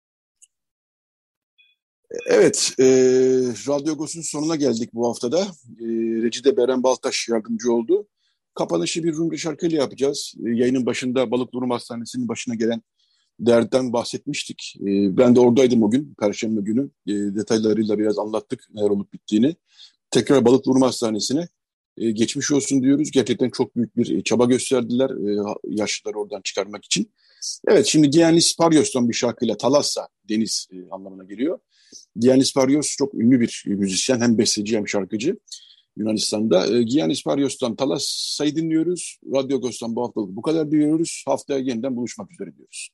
Evet, e, Radyo Agos'un sonuna geldik bu haftada. E, Recide Beren Baltaş yardımcı oldu. Kapanışı bir Rumeli şarkıyla yapacağız. E, yayının başında Balıklı Rum Hastanesi'nin başına gelen dertten bahsetmiştik. E, ben de oradaydım o gün, Perşembe günü. E, detaylarıyla biraz anlattık neler olup bittiğini. Tekrar Balıklı Rum Hastanesi'ne e, geçmiş olsun diyoruz. Gerçekten çok büyük bir çaba gösterdiler e, yaşlıları oradan çıkarmak için. Evet, şimdi Giannis Parios'tan bir şarkıyla Thalassa, deniz e, anlamına geliyor. Giannis Parios çok ünlü bir müzisyen, hem besteci hem şarkıcı Yunanistan'da. E, Giannis Parios'tan Thalassa'yı dinliyoruz. Radyo Agos'tan bu haftalık bu kadar diyoruz. Haftaya yeniden buluşmak üzere diyoruz.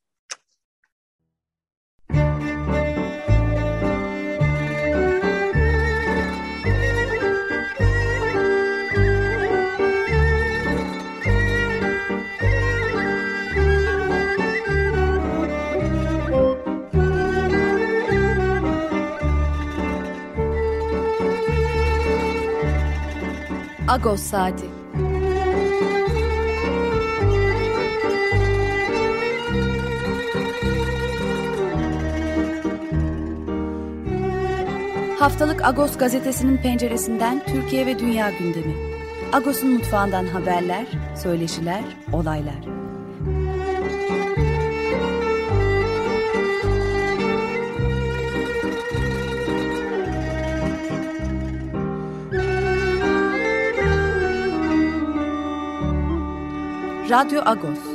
Agos Saati. Haftalık Agos gazetesinin penceresinden Türkiye ve dünya gündemi. Agos'un mutfağından haberler, söyleşiler, olaylar. Radyo Agos.